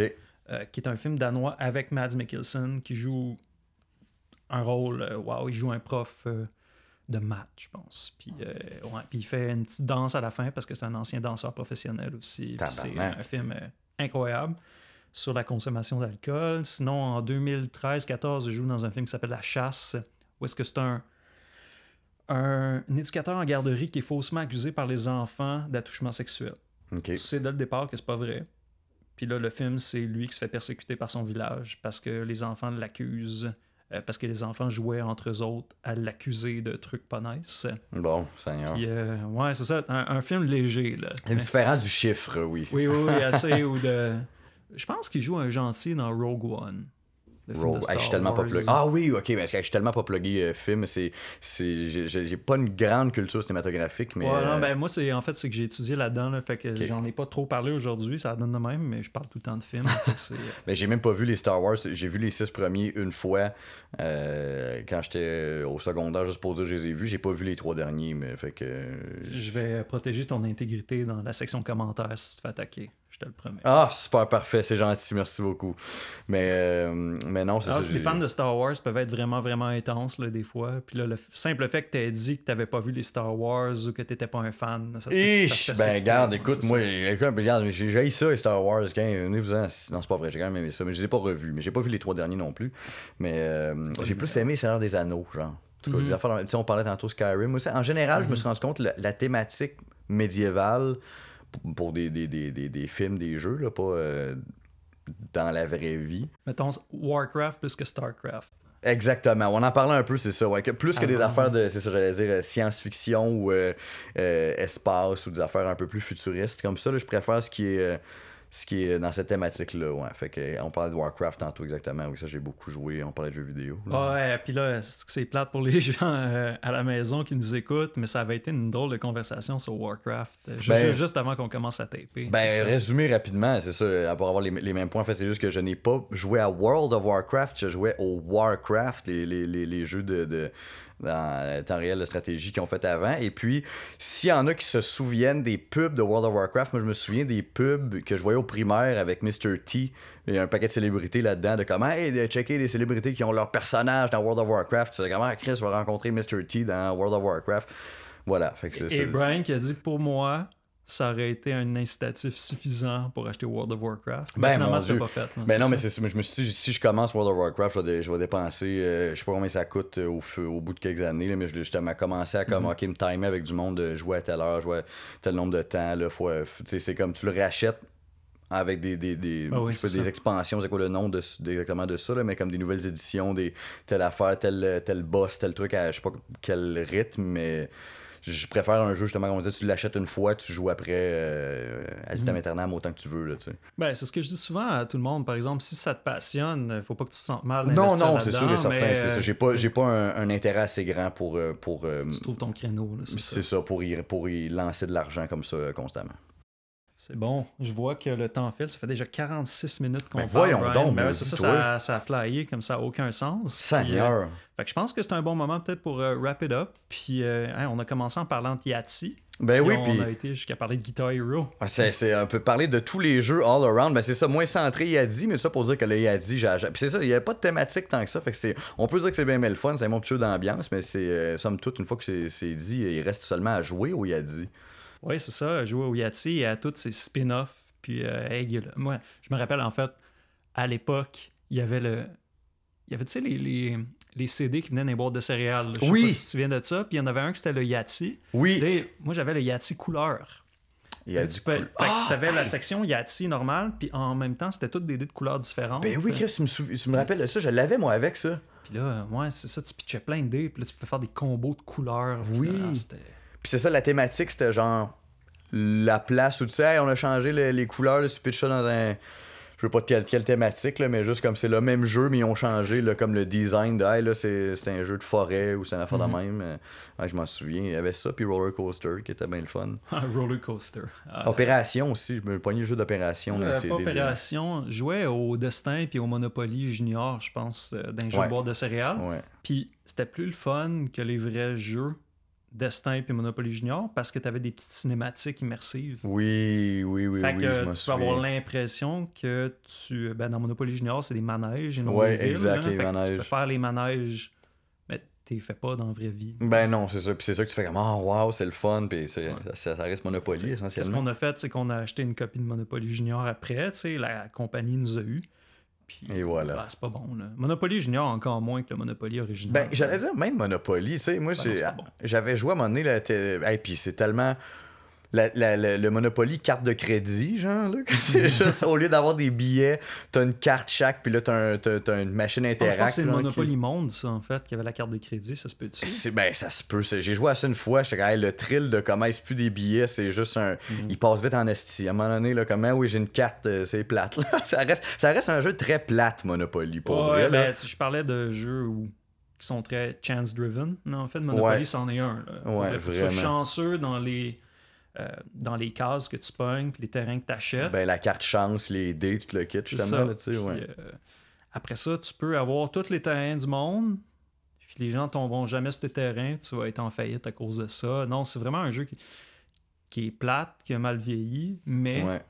euh, qui est un film danois avec Mads Mikkelsen, qui joue un rôle, euh, wow, il joue un prof euh, de maths, je pense. Puis, euh, ouais, puis il fait une petite danse à la fin parce que c'est un ancien danseur professionnel aussi. Puis c'est un film euh, incroyable sur la consommation d'alcool. Sinon, en deux mille treize quatorze, il joue dans un film qui s'appelle La Chasse, où est-ce que c'est un, un, un éducateur en garderie qui est faussement accusé par les enfants d'attouchement sexuel. Okay. Tu sais dès le départ que c'est pas vrai. Puis là, le film, c'est lui qui se fait persécuter par son village parce que les enfants l'accusent, euh, parce que les enfants jouaient entre eux autres à l'accuser de trucs pas nice. Bon, Seigneur. Puis, euh, ouais, c'est ça, un, un film léger, là. C'est différent du chiffre, oui. Oui, oui, oui, assez, ou de... Je pense qu'il joue un gentil dans Rogue One. Rogue. Hey, je suis tellement pas plugué. Ah oui, ok, mais je suis tellement pas plugué euh, film. C'est, c'est, j'ai, j'ai pas une grande culture cinématographique, mais. Ouais, euh... non, ben moi, c'est, en fait, c'est que j'ai étudié là-dedans, là, fait que okay. J'en ai pas trop parlé aujourd'hui, ça donne de même, mais je parle tout le temps de films. Fait que c'est... ben, j'ai même pas vu les Star Wars. J'ai vu les six premiers une fois euh, quand j'étais au secondaire, juste pour dire que je les ai vus. J'ai pas vu les trois derniers, mais fait que. Je vais protéger ton intégrité dans la section commentaires si tu te fais attaquer. Je te le promets. Ah, super, parfait, c'est gentil, merci beaucoup. Mais, euh, mais non, c'est Alors, ça. Les fans de Star Wars peuvent être vraiment, vraiment intenses, là, des fois. Puis là, le simple fait que tu aies dit que tu n'avais pas vu les Star Wars ou que tu n'étais pas un fan, ça se peut que ben, regarde, écoute, moi, regarde, j'ai haï ça, les Star Wars. Venez-vous-en. Non, c'est pas vrai, j'ai quand même aimé ça, mais je les ai pas revus. Mais j'ai pas vu les trois derniers non plus. Mais euh, j'ai plus aimé Seigneur des Anneaux, genre. En tout cas, mm-hmm. les affaires, on parlait tantôt Skyrim. Aussi, en général, mm-hmm. je me suis rendu compte la, la thématique médiévale pour des, des, des, des, des films, des jeux, là, pas euh, dans la vraie vie. Mettons Warcraft plus que Starcraft. Exactement, on en parlait un peu, c'est ça. Ouais. Plus que ah, des affaires de, c'est ça, j'allais dire, science-fiction ou euh, euh, espace ou des affaires un peu plus futuristes. Comme ça, là, je préfère ce qui est... Euh, ce qui est dans cette thématique-là, ouais. Fait que, on parlait de Warcraft tantôt, exactement. Oui, ça, j'ai beaucoup joué. On parlait de jeux vidéo. Là. Ouais, puis là, c'est plate pour les gens euh, à la maison qui nous écoutent, mais ça avait été une drôle de conversation sur Warcraft. Ben, juste avant qu'on commence à taper. Ben, résumé rapidement, c'est ça, pour avoir les, les mêmes points. En fait, c'est juste que je n'ai pas joué à World of Warcraft, je jouais au Warcraft, les, les, les, les jeux de... de dans temps réel de stratégie qu'ils ont fait avant. Et puis, s'il y en a qui se souviennent des pubs de World of Warcraft, moi je me souviens des pubs que je voyais au primaire avec mister T. Il y a un paquet de célébrités là-dedans, de comment, hey, de checker les célébrités qui ont leur personnage dans World of Warcraft. C'est comment Chris va rencontrer mister T dans World of Warcraft. Voilà. Fait que c'est, Et c'est, Brian qui a dit pour moi, ça aurait été un incitatif suffisant pour acheter World of Warcraft. Mais ben, finalement, c'était pas fait. Là, ben non, ça. mais c'est, je me suis dit, si je commence World of Warcraft, je vais, je vais dépenser, euh, je sais pas combien ça coûte au, au bout de quelques années, là, mais je vais justement commencer à comme, mm-hmm. okay, me timer avec du monde, de jouer à telle heure, jouer à tel nombre de temps. Là, faut, c'est comme tu le rachètes avec des, des, des, ben oui, je sais pas, des expansions, c'est quoi le nom de, de, exactement de ça, là, mais comme des nouvelles éditions, des telle affaire, tel, tel boss, tel truc, à je sais pas quel rythme, mais... Je préfère un jeu, justement, comme on dit, tu l'achètes une fois, tu joues après euh, à vitam aeternam autant que tu veux. Là, tu sais. Ben, c'est ce que je dis souvent à tout le monde. Par exemple, si ça te passionne, faut pas que tu te sentes mal. Non, non, c'est sûr et certain. Mais, c'est ça. J'ai pas, j'ai pas un, un intérêt assez grand pour. pour euh, tu trouves ton créneau. Là, c'est, c'est ça, ça pour, y, pour y lancer de l'argent comme ça euh, constamment. C'est bon. Je vois que le temps file. Ça fait déjà quarante-six minutes qu'on ben parle. Voyons donc. Ben ouais, c'est ça, ça, ça a flyé comme ça, aucun sens. Seigneur. Puis, euh, fait que je pense que c'est un bon moment peut-être pour euh, wrap it up. Puis euh, hein, on a commencé en parlant de Yahtzee. Ben puis oui, on puis... a été jusqu'à parler de Guitar Hero. C'est, c'est un peu parler de tous les jeux all around. Ben c'est ça, moins centré Yahtzee, mais ça pour dire que le Yahtzee, j'ai... Puis c'est ça, il n'y a pas de thématique tant que ça. Fait que c'est... On peut dire que c'est bien mais le fun, c'est un bon petit jeu d'ambiance, mais c'est, euh, somme toute, une fois que c'est, c'est dit, il reste seulement à jouer au Yahtzee. Oui, c'est ça, jouer au Yahtzee et à tous ces spin-offs. Puis, euh, hey, moi, je me rappelle, en fait, à l'époque, il y avait le... Il y avait, tu sais, les, les, les C D qui venaient dans les boîtes de céréales. Je sais oui. pas si tu te souviens de ça. Puis, il y en avait un qui c'était le Yahtzee. Oui. Là, moi, j'avais le Yahtzee couleur. Il y a du peux... cool... ah, tu avais la section Yahtzee normale, puis en même temps, c'était toutes des dés de couleurs différentes. Ben oui, Chris, tu me, sou... tu me rappelles de ça. Je l'avais, moi, avec ça. Puis là, ouais, c'est ça, tu pitchais plein de dés, puis là, tu pouvais faire des combos de couleurs. Oui. Là, c'était... Puis c'est ça, la thématique, c'était genre... La place où tu sais, hey, on a changé le, les couleurs, là, tu pitches ça dans un. Je veux pas de quelle, quelle thématique, là, mais juste comme c'est le même jeu, mais ils ont changé là, comme le design de hey, là, c'est, c'est un jeu de forêt ou c'est une affaire mm-hmm. de même. Euh, ouais, je m'en souviens. Il y avait ça, puis Roller Coaster qui était bien le fun. Roller Coaster. Ah, Opération aussi, je me pognais le jeu d'opération. Euh, là, pas Opération, je jouais au Destin puis au Monopoly Junior, je pense, dans les jeux ouais. de boîte de céréales. Ouais. Puis c'était plus le fun que les vrais jeux Destin et Monopoly Junior parce que tu avais des petites cinématiques immersives. Oui, oui, oui, fait oui, que je m'en tu peux avoir souviens. l'impression que tu... Ben, dans Monopoly Junior, c'est des manèges et non Ouais, des villes. exact, hein. les Fait que manèges. tu peux faire les manèges, mais tu les fais pas dans la vraie vie. Ben non, c'est ça. Puis c'est ça que tu fais comme, oh wow, c'est le fun. Puis c'est- Ouais. ça, ça reste Monopoly, Qu'est-ce essentiellement. qu'on a fait, c'est qu'on a acheté une copie de Monopoly Junior après, tu sais, la compagnie nous a eu. Puis, Et voilà. ben, c'est pas bon, là. Monopoly Junior, encore moins que le Monopoly original. Ben, j'allais dire, même Monopoly, tu sais, moi, Ben non, j'ai- c'est pas bon. j'avais joué à un moment donné, là, t'es- hey, puis c'est tellement... La, la- la- le Monopoly carte de crédit, genre, là, que c'est juste, au lieu d'avoir des billets, t'as une carte chaque, puis là, t'as, un- t'as, t'as une machine Ah, je Interact. pense que c'est le genre, Monopoly qui- Monde, ça, en fait, qui avait la carte de crédit, ça se peut-tu? C'est, ben, ça se peut. c'est- J'ai joué à ça une fois, j'étais comme, hey, le thrill de comment c'est plus des billets, c'est juste un... Mhm. Il passe vite en esti. À un moment donné, là, comment, oui, j'ai une carte, euh, c'est plate, là. ça, reste, ça reste un jeu très plate, Monopoly, pour Ouais, vrai, là. ben, tu sais, je parlais de jeux où... qui sont très chance-driven. Mais en fait, Monopoly, Ouais. c'en est un. Là. Pour Ouais, vrai, faut que tu sois vraiment. chanceux dans les, euh, dans les cases que tu pognes, puis les terrains que tu achètes. Ben, la carte chance, les dés, tout le kit, C'est justement, ça. là, tu sais, ouais. Puis, euh, après ça, tu peux avoir tous les terrains du monde, puis les gens tomberont jamais sur tes terrains, tu vas être en faillite à cause de ça. Non, c'est vraiment un jeu qui, qui est plate, qui a mal vieilli, mais Ouais.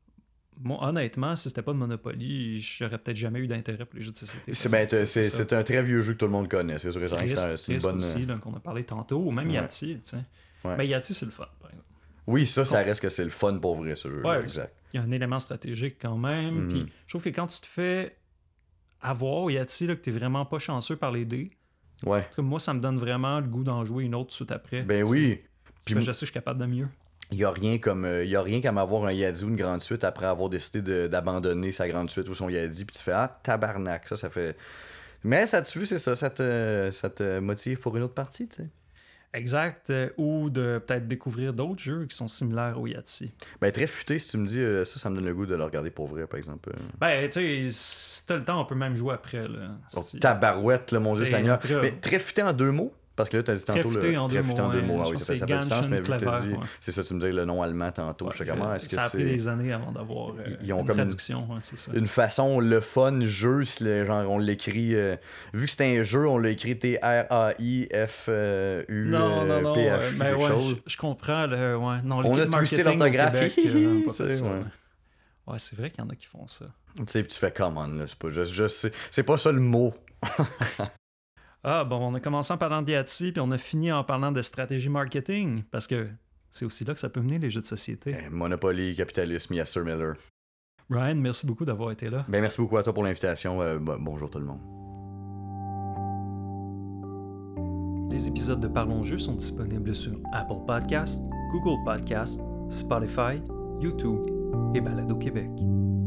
moi, honnêtement, si c'était pas de Monopoly, j'aurais peut-être jamais eu d'intérêt pour les jeux de société. C'est, Ça, ben, t'as- c'est, ça. c'est un très vieux jeu que tout le monde connaît, c'est sûr et certain que Risk, c'est, un- c'est une Risk bonne... aussi, là, qu'on a parlé tantôt, ou même Ouais. Yahtzee, tu sais. Ouais. Mais Yahtzee, c'est le fun, par exemple. Oui, ça, ça reste que c'est le fun pour vrai, ce jeu. Ouais, exact. Il y a un élément stratégique quand même. Mhm. Puis je trouve que quand tu te fais avoir au Yahtzee, là, que t'es vraiment pas chanceux par les dés, Ouais. en tout cas, moi, ça me donne vraiment le goût d'en jouer une autre tout après. Ben tu sais. oui. Parce Puis que je sais que je suis capable de mieux. il y a rien comme euh, y a rien comme avoir un Yadi ou une grande suite après avoir décidé de- d'abandonner sa grande suite ou son Yadi, puis tu fais ah tabarnak, ça ça fait. Mais ça tu vu, c'est ça, ça te, ça te motive pour une autre partie, tu sais. Exact. euh, ou de peut-être découvrir d'autres jeux qui sont similaires au Yahtzee. Ben très futé, si tu me dis euh, ça, ça me donne le goût de le regarder pour vrai, par exemple. euh. Ben, tu sais, si t'as le temps, on peut même jouer après. Là. Oh, Si- tabarouette, là, mon Dieu C'est Seigneur. très- Mais très futé en deux mots. Parce que là, t'as dit Très tantôt futé le en deux très futé mots, en deux ouais. mots. Ah Je oui, pense ça fait, que ça c'est fait du sens, mais vu que t'as Genshin dit. Clever, ouais. C'est ça, tu me disais le nom allemand tantôt. Ouais, je sais comment. Est-ce que ça a pris c'est. des années avant d'avoir euh, Ils ont une comme une- traduction, ouais, c'est ça. Une façon, le fun jeu, si le, genre on l'écrit. euh, vu que c'est un jeu, on l'a écrit T R A I F U Non, non, non. P euh, H ben quelque ouais, chose. je, je comprends. Le, ouais, non, On l'équipe a twisté marketing au l'orthographie, Québec, euh, n'a pas tu fait sais, ça, ouais. ouais. Ouais, c'est vrai qu'il y en a qui font ça. Tu sais, puis tu fais comment, là. C'est pas juste. juste c'est, c'est pas ça le mot. Ah, bon, on a commencé en parlant de Yahtzee, puis on a fini en parlant de stratégie marketing, parce que c'est aussi là que ça peut mener les jeux de société. Eh, Monopoly, capitalisme, yes, Sir Miller. Ryan, merci beaucoup d'avoir été là. Ben, merci beaucoup à toi pour l'invitation. Euh, bon- bonjour tout le monde. Les épisodes de Parlons Jeux sont disponibles sur Apple Podcasts, Google Podcasts, Spotify, YouTube et Balado Québec.